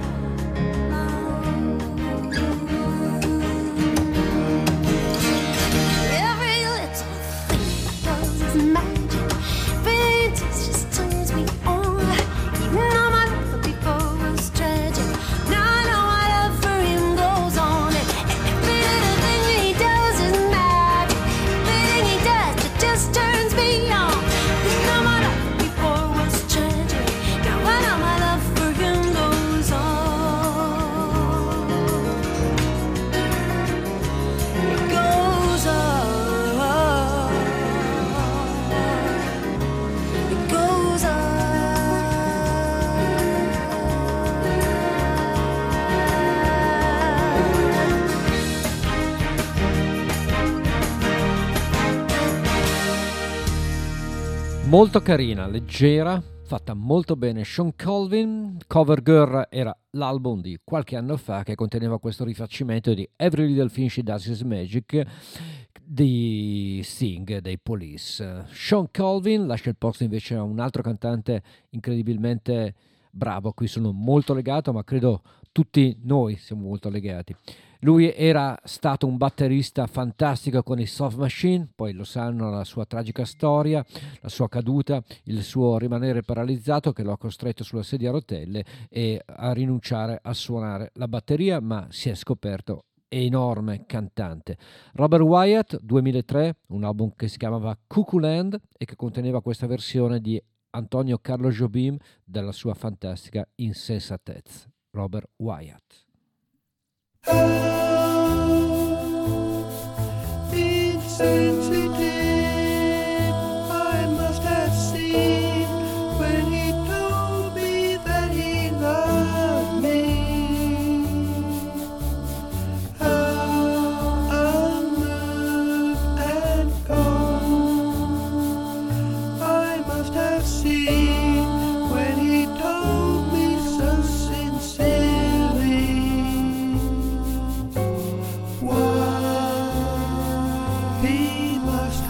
every little thing does is magic. Fate just turns me on. Even though my love before was tragic, now I know my love for him goes on. And every little thing he does is magic. Everything he does, it just turns me on. Even though my love before was tragic, now I know my love for him goes on. It goes on. It goes on. Molto carina, leggera, fatta molto bene. Sean Colvin, Cover Girl era l'album di qualche anno fa che conteneva questo rifacimento di Every Little Thing She Does Is Magic di Sting, dei Police. Sean Colvin lascia il posto invece a un altro cantante incredibilmente bravo, a cui sono molto legato, ma credo tutti noi siamo molto legati. Lui era stato un batterista fantastico con i Soft Machine, poi lo sanno la sua tragica storia, la sua caduta, il suo rimanere paralizzato che lo ha costretto sulla sedia a rotelle e a rinunciare a suonare la batteria, ma si è scoperto enorme cantante. Robert Wyatt, 2003, un album che si chiamava Cuckoo Land e che conteneva questa versione di Antonio Carlo Jobim della sua fantastica Insensatez. Robert Wyatt. Insensitive, I must have seen when he told me that he loved me. How unmoved and cold, I must have seen when he told me so sincerely. What he must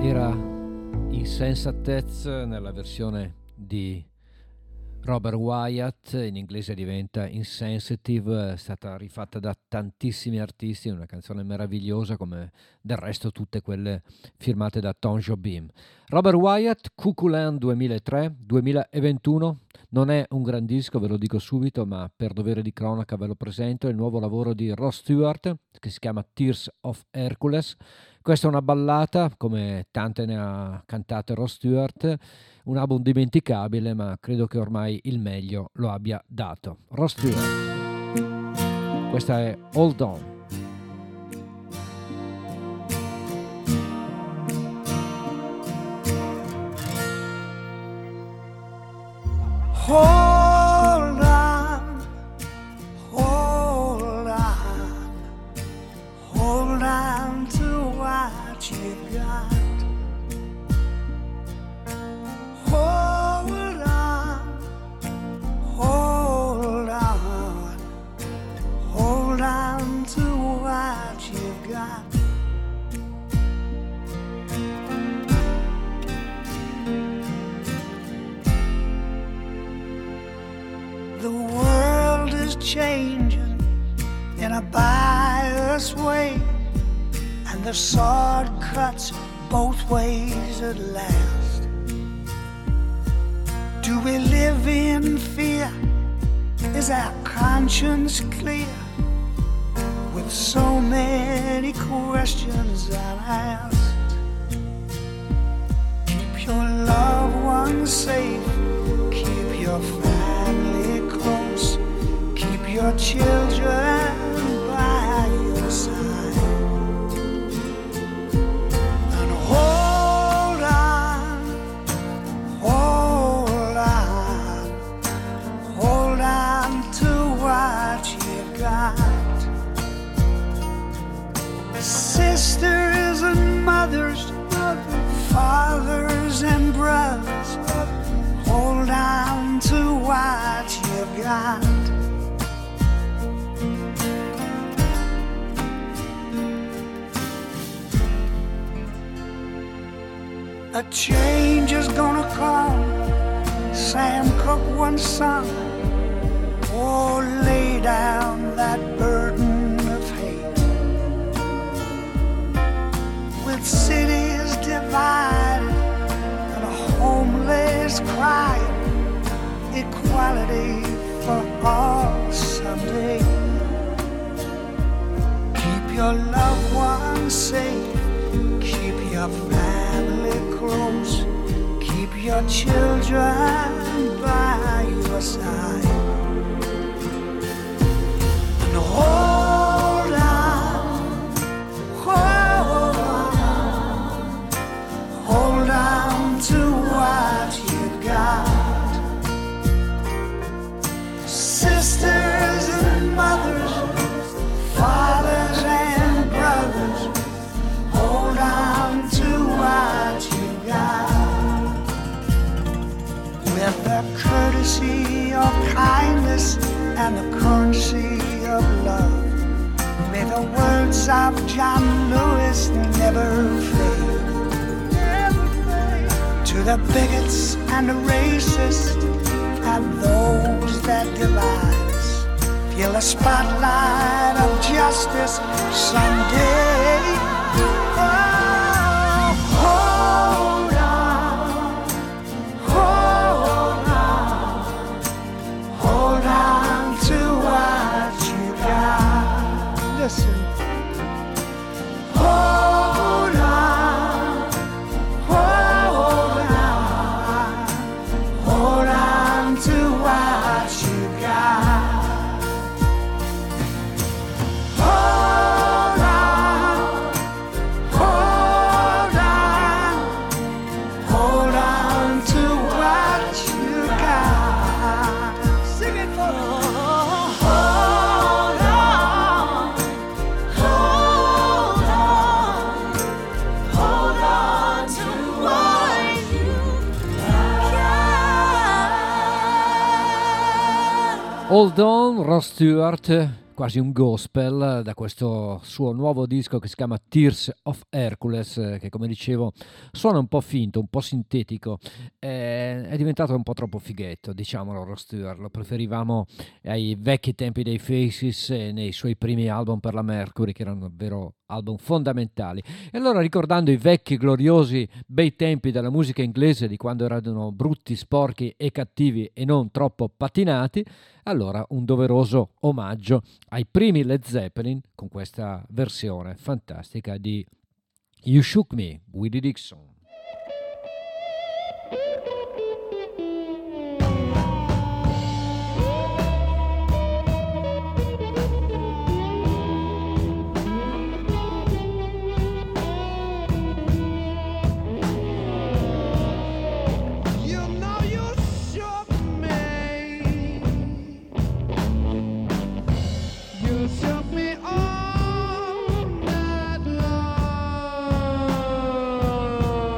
Era Insensatez nella versione di Robert Wyatt, in inglese diventa Insensitive, è stata rifatta da tantissimi artisti, una canzone meravigliosa come del resto tutte quelle firmate da Tom Jobim. Robert Wyatt, Cuckoo Land 2003-2021, non è un gran disco, ve lo dico subito, ma per dovere di cronaca ve lo presento, è il nuovo lavoro di Ross Stewart che si chiama Tears of Hercules. Questa è una ballata, come tante ne ha cantate Ross Stewart, un album dimenticabile, ma credo che ormai il meglio lo abbia dato. Ross Stewart. Questa è Hold On. Hold on, hold on, hold on to what you've got. Hold on, hold on, hold on to what you've got. The world is changing in a biased way, and the sword cuts both ways at last. Do we live in fear? Is our conscience clear? With so many questions unasked. Keep your loved ones safe, keep your family close, keep your children by your side, and hold on, hold on, hold on to what you've got. Sisters and mothers, fathers and brothers, hold on to what you've got. A change is gonna come, Sam Cooke once sung. Oh, lay down that burden of hate. With cities divided and a homeless crying, equality for all someday. Keep your loved ones safe, keep your family close, keep your children by your side, and hold on, hold on, hold on to what you've got. Sisters and mothers, fathers and brothers, hold on to what you got. With the courtesy of kindness and the currency of love, may the words of John Lewis never fade. To the bigots and the racists and those that divide us, feel the spotlight of justice someday. Oh, hold on, hold on, hold on to what you got. Listen. Hold on, hold on, hold on to what you got. Hold on, hold on, hold on to what you got. Sing it for me. Hold on, hold on, hold on to what you got. Hold On, Ross Stewart, quasi un gospel, da questo suo nuovo disco che si chiama Tears of Hercules, che come dicevo suona un po' finto, un po' sintetico, è diventato un po' troppo fighetto, diciamolo. Rod Stewart lo preferivamo ai vecchi tempi dei Faces e nei suoi primi album per la Mercury, che erano davvero album fondamentali. E allora, ricordando i vecchi gloriosi bei tempi della musica inglese, di quando erano brutti, sporchi e cattivi e non troppo patinati, allora un doveroso omaggio ai primi Led Zeppelin con questa versione fantastica di You Shook Me, Willie Dixon. Me, oh, that love.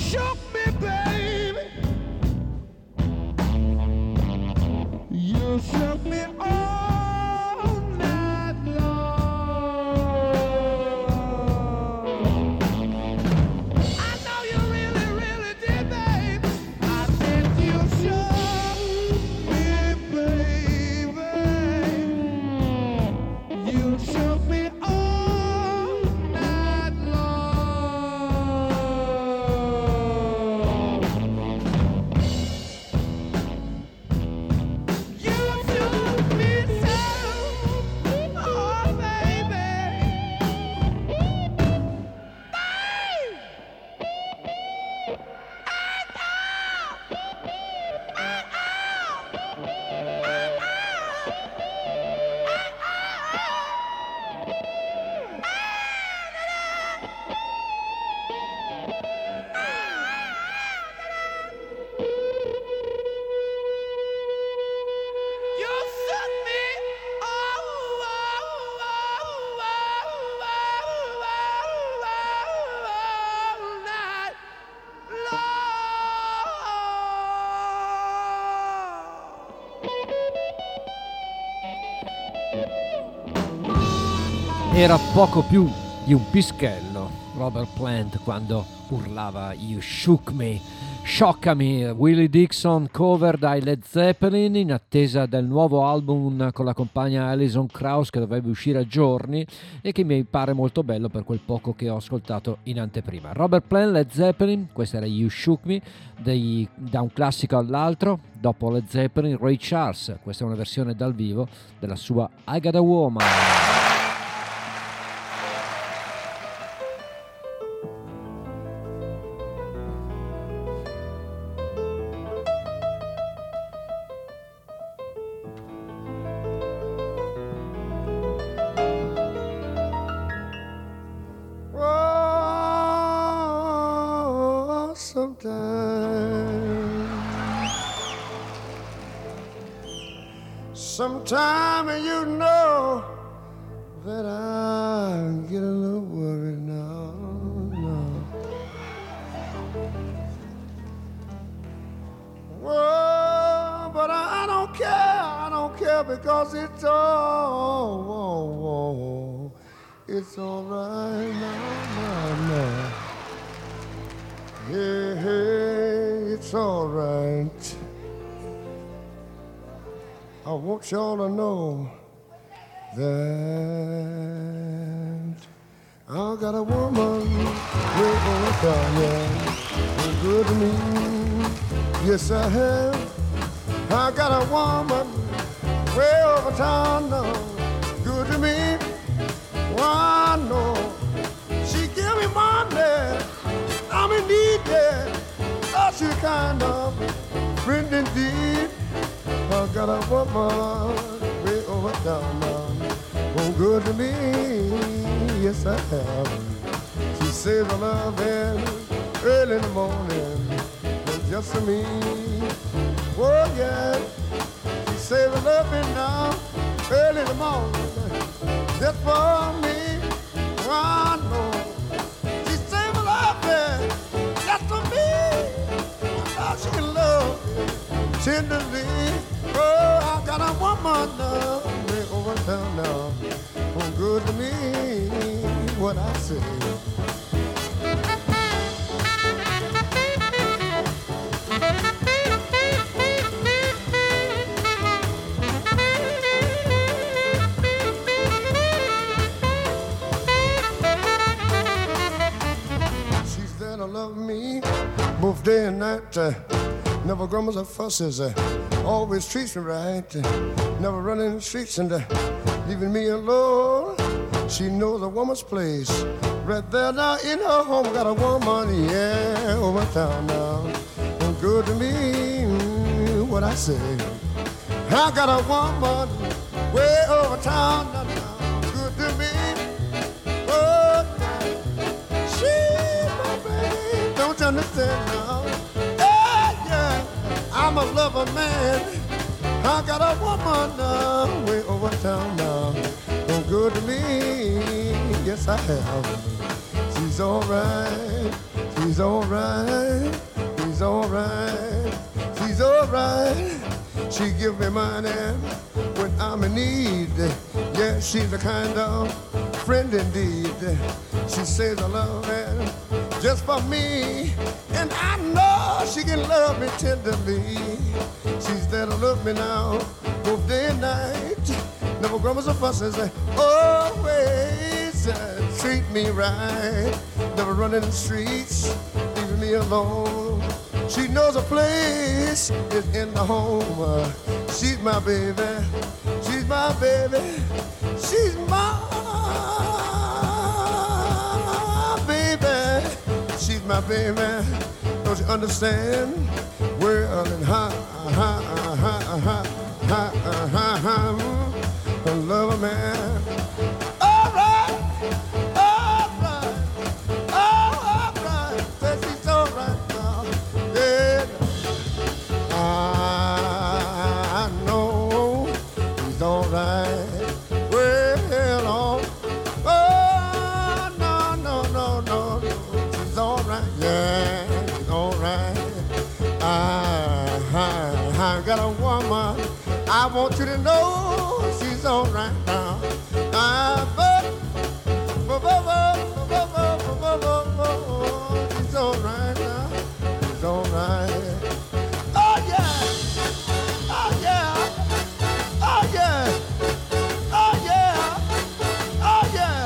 shook me, baby. You shook me all night long. I know you really, really did, babe. I said you shook me, baby. You shook me all night long. You shook me so, oh baby. You shook me all night long. Era poco più di un pischello Robert Plant quando urlava You shook me, scioccami. Willie Dixon cover dai Led Zeppelin in attesa del nuovo album con la compagna Alison Krauss che dovrebbe uscire a giorni e che mi pare molto bello per quel poco che ho ascoltato in anteprima. Robert Plant, Led Zeppelin, questa era You Shook Me, da un classico all'altro. Dopo Led Zeppelin, Ray Charles, questa è una versione dal vivo della sua I Got a Woman. Oh, sometime you know that I get a little worried now. Well, but I don't care because it's all right now. Hey, it's all right. I want y'all to know that I got a woman way over town, yeah, good to me. Yes, I have. I got a woman way over town now, good to me. Why no? She give me money, I'm in need, yeah. Oh, she kind of friend indeed. I got a woman way over town now, oh good to me, yes I have. She says I love him early in the morning, but just for me. Oh yeah, she says I love him now early in the morning, just for me. I know she says I love him just for me. How she can love tenderly. Oh, I got a woman now, way over town now, oh good to me, what I say. She's there to love me, both day and night, never grumbles or fusses, always treats me right, never running the streets and leaving me alone. She knows a woman's place right there now in her home. Got a woman, yeah, over town now, oh good to me, what I say. I got a woman way over town now, good to me. Oh, she's my babe, don't you understand now? I'm a lover man. I got a woman way over town now, oh good to me, yes I have. She's alright, She's alright, he's alright, she's alright. She give me money when I'm in need. Yeah, she's the kind of friend indeed. She says I love her just for me, and I know she can love me tenderly. She's there to love me now, both day and night. Never grumbles or fusses, always treat me right. Never running the streets, leaving me alone. She knows a place is in the home. She's my baby, she's my baby, she's my baby, she's my baby. Don't you understand? Well, and I love a man. All right, all right, all right. Says he's all right now. Yeah, I know he's all right. Well, oh, no, he's all right. Yeah, he's all right. I got a woman. I want you to know she's all right now. She's all right now. She's all right. Oh yeah. Oh yeah. Oh yeah. Oh yeah. Oh yeah.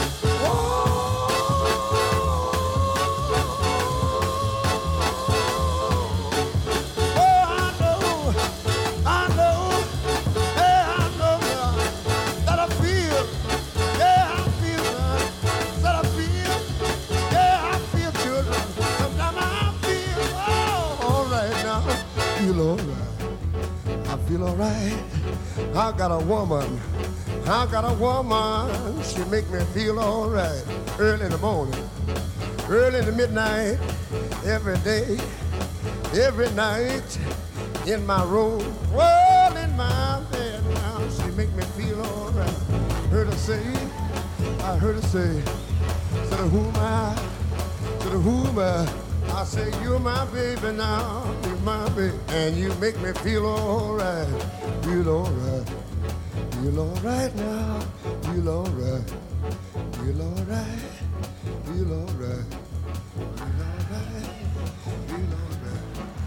Feel alright. I got a woman. I got a woman. She make me feel alright. Early in the morning, early in the midnight, every day, every night, in my room, well, in my bed now. She make me feel alright. Heard her say, I heard her say, to the whom I say, you're my baby now, you're my baby, and you make me feel alright, feel alright, feel alright now, feel alright, feel alright, feel alright, feel alright, feel alright.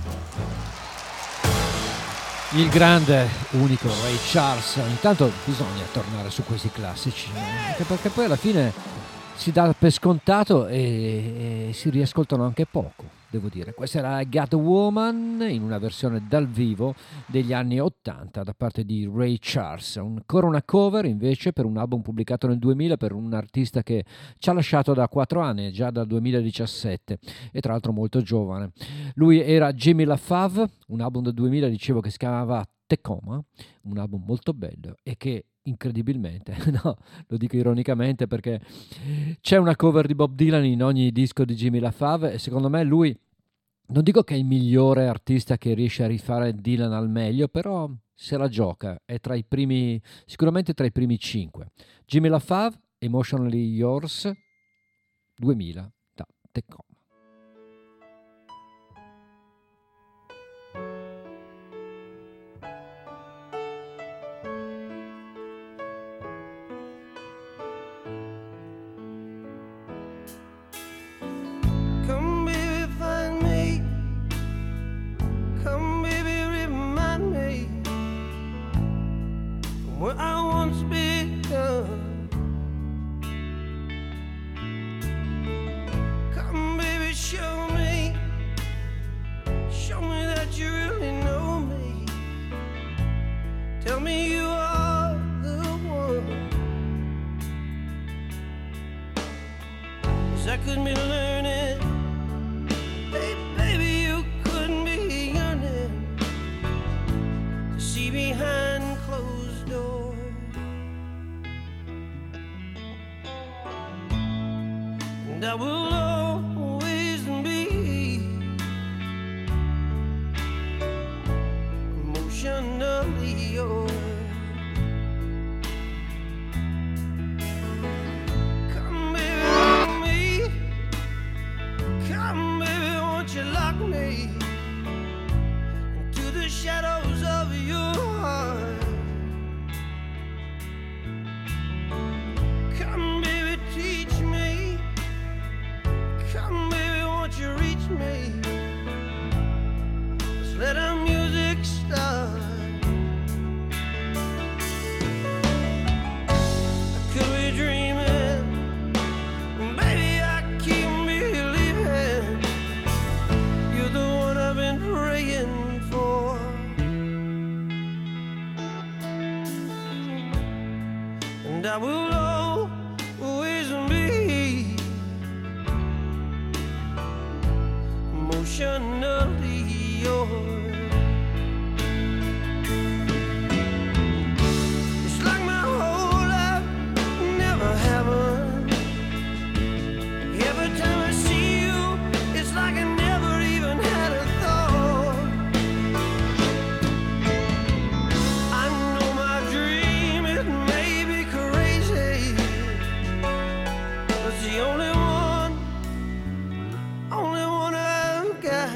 Il grande, unico Ray Charles. Intanto bisogna tornare su questi classici, anche perché poi alla fine si dà per scontato e si riascoltano anche poco, devo dire. Questa era I Got a Woman in una versione dal vivo degli anni 80 da parte di Ray Charles. Ancora una cover invece per un album pubblicato nel 2000 per un artista che ci ha lasciato da 4 anni, già dal 2017, e tra l'altro molto giovane. Lui era Jimmy LaFave, un album del 2000, dicevo, che si chiamava Tacoma, un album molto bello e che incredibilmente, no, lo dico ironicamente perché c'è una cover di Bob Dylan in ogni disco di Jimmy LaFave e secondo me lui, non dico che è il migliore artista che riesce a rifare Dylan al meglio, però se la gioca, è tra i primi, sicuramente tra i primi 5. Jimmy LaFave, Emotionally Yours, 2000 da Tacoma. Where I once begun. Come, baby, show me that you really know me. Tell me you are the one. 'Cause I could be learning, hey, baby, you couldn't be yearning to see behind closed doors. And I will always be emotionally yours. Come, baby, with me. Come shadows of your heart. Come, baby, teach me. Come, baby, won't you reach me? Let's let our music start. Could we dream it? Baby, I keep believing you're the one I've been praying for. And I will always be emotionally yours. It's like my whole life never happened. Every time I see you, it's like I never even had a thought. I know my dream, it may be crazy, but it's the only one I've got.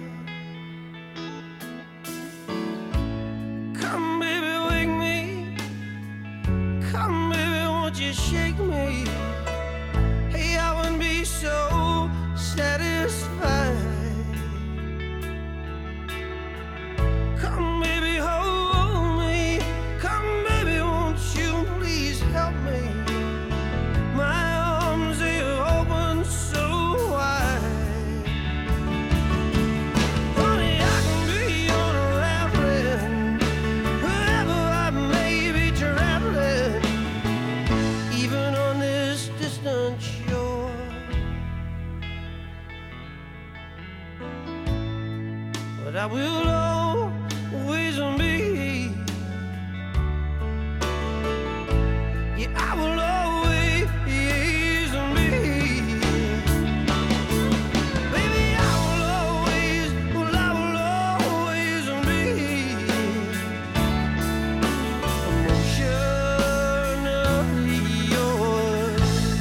Come, baby, wake me. Come, baby, won't you shake me? Hey, I wouldn't be so satisfied. Come, baby, hold me. Come, baby, won't you please help me? My arms, they are open so wide. Honey, I can be unraveling wherever I may be traveling, even on this distant shore. But I will always be, yeah, I will always be. Baby, I will always be emotionally yours.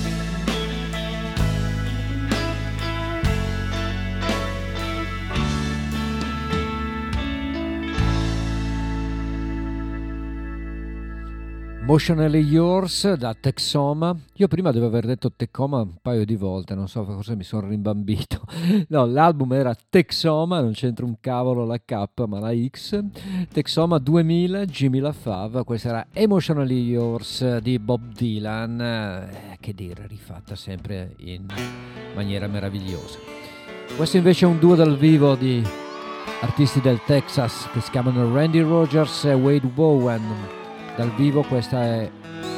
Emotionally Yours da Texoma. Io prima devo aver detto Tecoma un paio di volte, non so, forse mi sono rimbambito. No, l'album era Texoma, non c'entra un cavolo la K ma la X. Texoma 2000, Jimmy LaFave. Questa era Emotionally Yours di Bob Dylan, che dire, rifatta sempre in maniera meravigliosa. Questo invece è un duo dal vivo di artisti del Texas che si chiamano Randy Rogers e Wade Bowen. Dal vivo questa è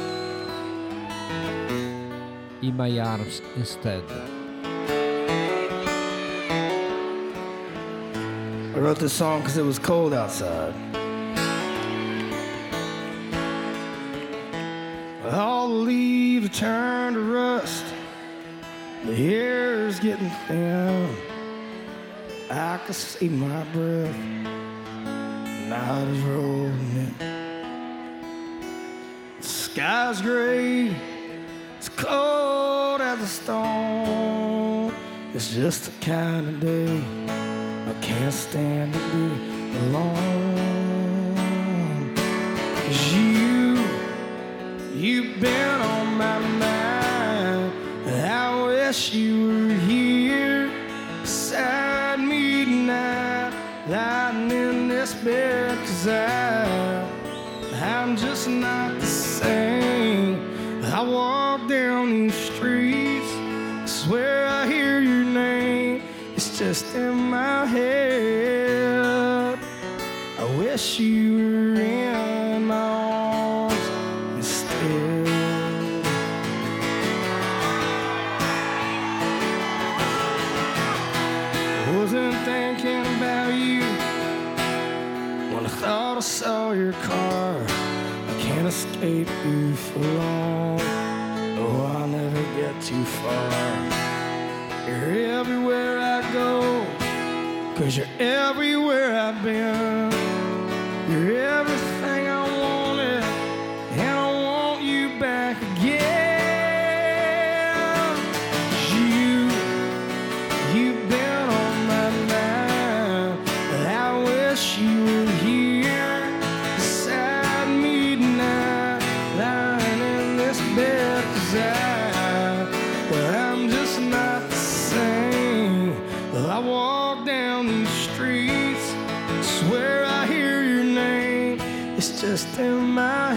In My Arms Instead. I wrote this song because it was cold outside. All the leaves are turned to rust. The air's getting thin. I can see my breath. Night is rolling in. The sky's gray. It's cold as a stone. It's just the kind of day I can't stand to be alone. 'Cause you've been on my mind. I wish you were here beside me tonight, lying in this bed. 'Cause I'm just not the same. I walk down these streets, swear I hear your name. It's just in my head. I wish you were in my arms instead. I wasn't thinking about you when I thought I saw your car. I can't escape you for long. Oh, I'll never get too far. You're everywhere I go, 'cause you're everywhere I've been. You're everything I wanted, and I want you back again. 'Cause you've been on my mind. I wish you were here It's just in my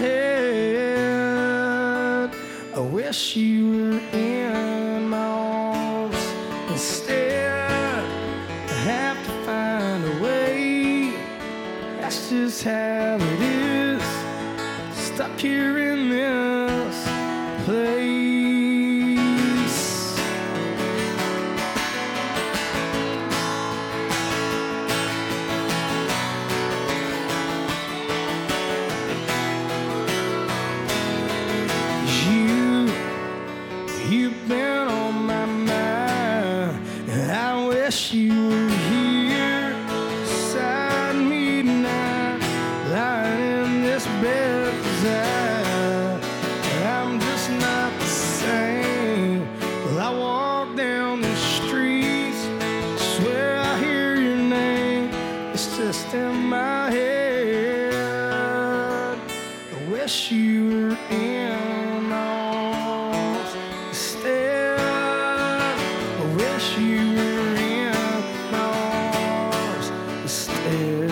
head. I wish you were in my arms. Instead, I have to find a way. That's just how it is. Stuck here in this place. You've been on my mind, and I wish you were here beside me tonight, lying in this bed, 'cause I'm just not the same. Well, I walk down the streets, swear I hear your name. It's just in my head. I wish you were in my arms. Instead, I wish you were in my arms. Instead.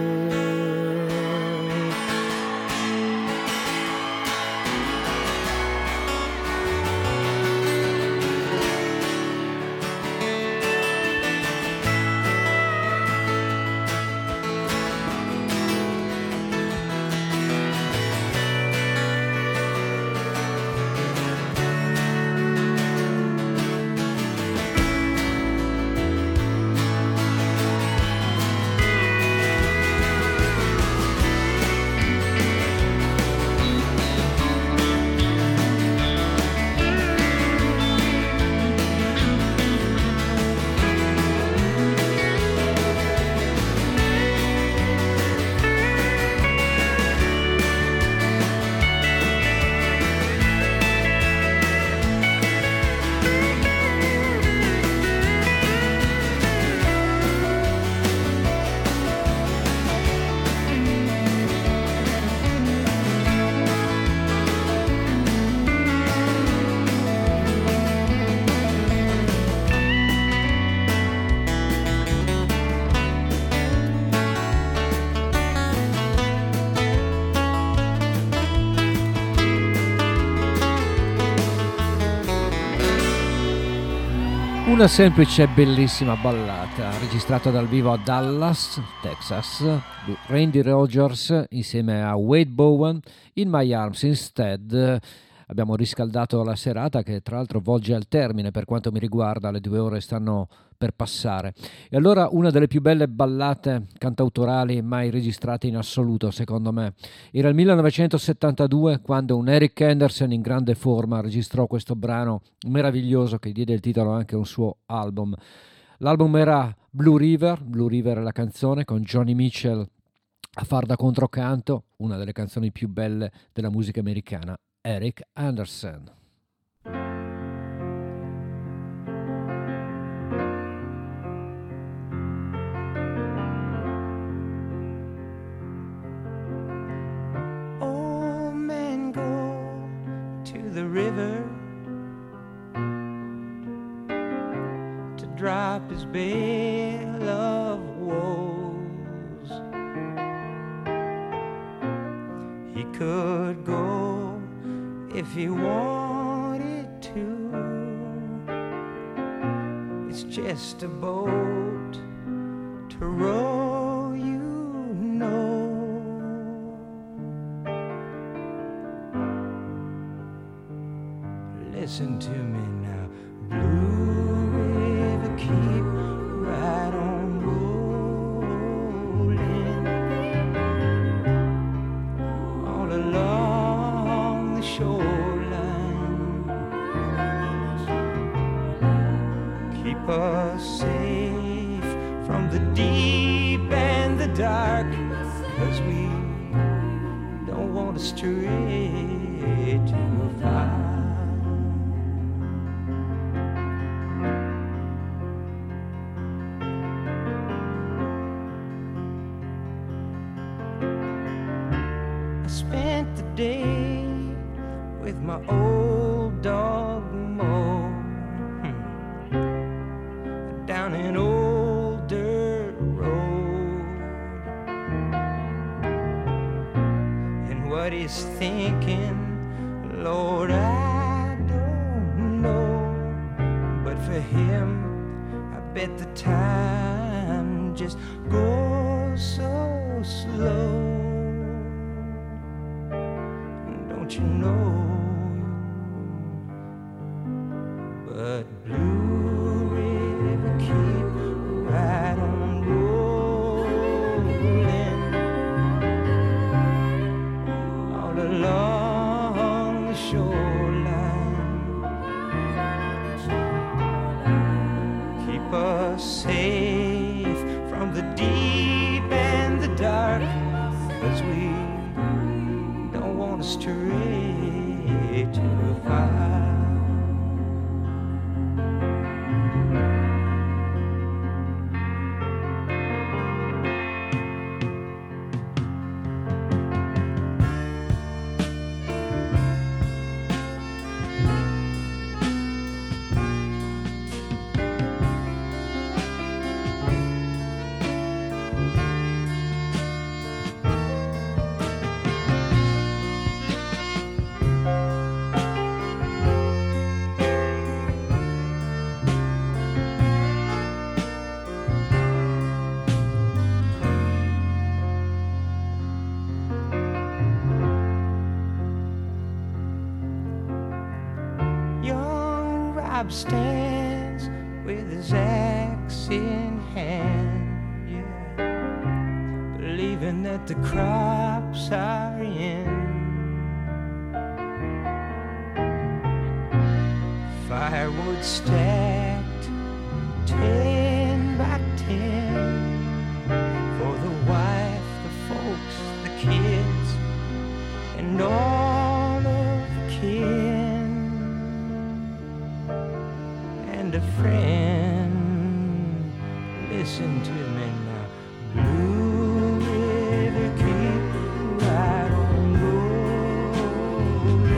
Una semplice e bellissima ballata registrata dal vivo a Dallas, Texas, di Randy Rogers insieme a Wade Bowen, In My Arms Instead. Abbiamo riscaldato la serata, che tra l'altro volge al termine per quanto mi riguarda, le 2 ore stanno per passare. E allora una delle più belle ballate cantautorali mai registrate in assoluto, secondo me. Era il 1972 quando un Eric Anderson in grande forma registrò questo brano meraviglioso che diede il titolo anche a un suo album. L'album era Blue River è la canzone, con Johnny Mitchell a far da controcanto, una delle canzoni più belle della musica americana, Eric Anderson. Old man go to the river to drop his bale of woes. He could go if he wanted to. It's just a boat to row, you know. Listen to me now. Blue River, keep right on rolling all along the shoreline. Keep us safe from the deep and the dark, 'cause we don't want to stray too far. Spent the day with my old dog Mo down an old dirt road. what he's thinking, Lord, I don't know. But for him, I bet the time just goes so slow. Don't you know? But Blue River keep right on rolling all along the shoreline. Keep us safe from the deep and the dark, 'cause we don't want to stray too far. Rob stands with his axe in hand, yeah, believing that the crops are in. Firewood stacked 10 by 10 for the wife, the folks, the kids, and all of the kin. And a friend, listen to me now. Blue River, keep right on rolling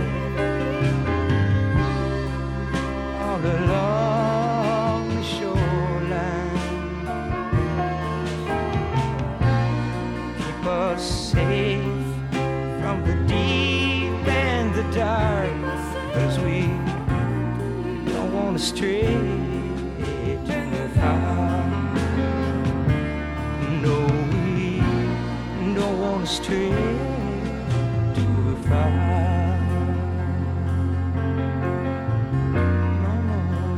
all along the shoreline. Keep us safe from the deep and the dark, 'cause we don't want to stray too far. No, we don't want to stray too far. No, no.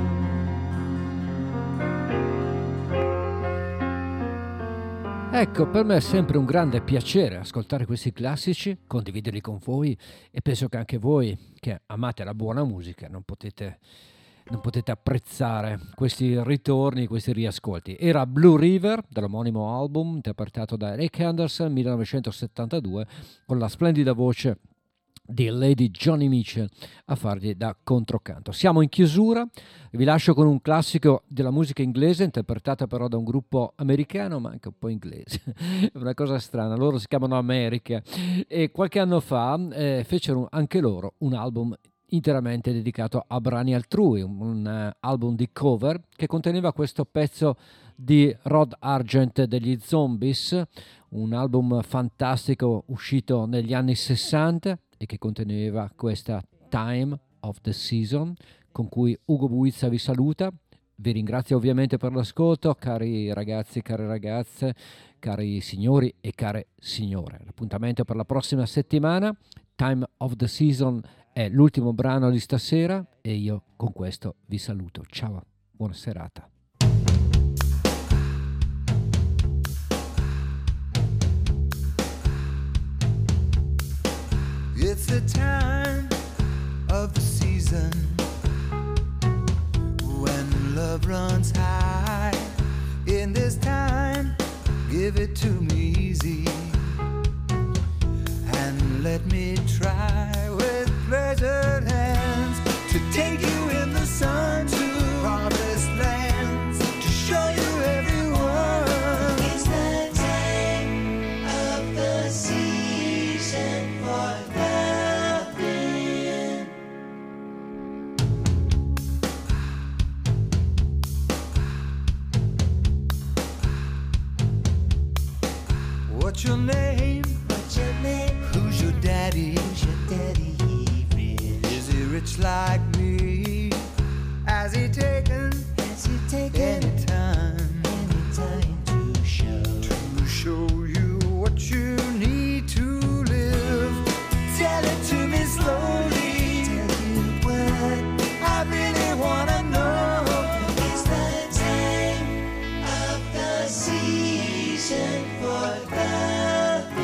Ecco, per me è sempre un grande piacere ascoltare questi classici, condividerli con voi, e penso che anche voi che amate la buona musica non potete apprezzare questi ritorni, questi riascolti. Era Blue River dell'omonimo album interpretato da Rick Anderson 1972 con la splendida voce di Lady Johnny Mitchell a fargli da controcanto. Siamo in chiusura, vi lascio con un classico della musica inglese interpretata però da un gruppo americano ma anche un po' inglese. È una cosa strana, loro si chiamano America e qualche anno fa fecero anche loro un album interamente dedicato a brani altrui, un album di cover che conteneva questo pezzo di Rod Argent degli Zombies, un album fantastico uscito negli anni 60 e che conteneva questa Time of the Season, con cui Ugo Buizza vi saluta. Vi ringrazio ovviamente per l'ascolto, cari ragazzi, care ragazze, cari signori e care signore. L'appuntamento per la prossima settimana. Time of the Season è l'ultimo brano di stasera e io con questo vi saluto. Ciao, buona serata. It's the time of the season when love runs high. In this time, give it to me easy and let me try with pleasured hands to take you in the sun to promised lands, to show you everyone. It's the time of the season for loving. What's your name? What's your name? Who's your daddy? rich like me? Has he taken any time to show you what you need to live? Tell it to me slowly. Tell you what I really wanna know. It's the time of the season for loving.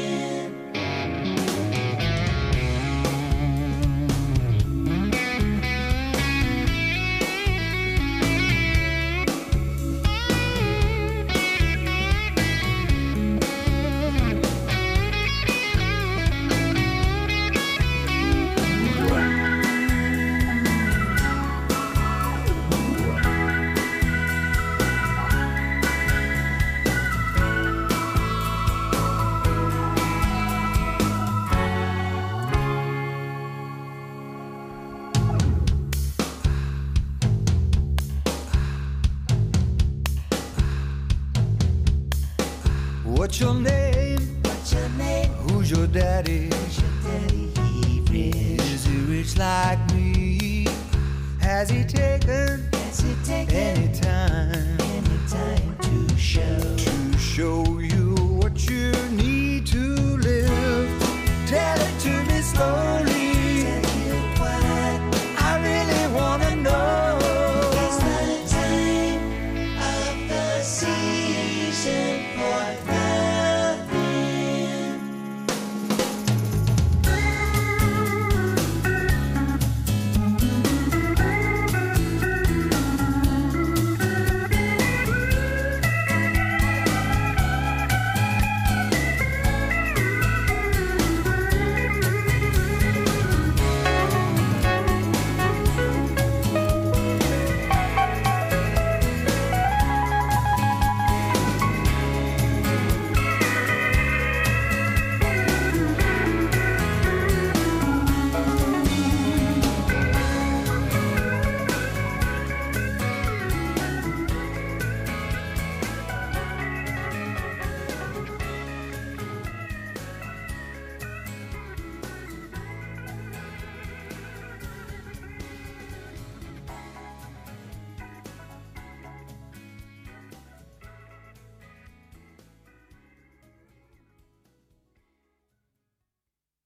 What's your name? What's your name? Who's your daddy? Who's your daddy? He rich. Is he rich like me? Has he taken any time to show you what you need?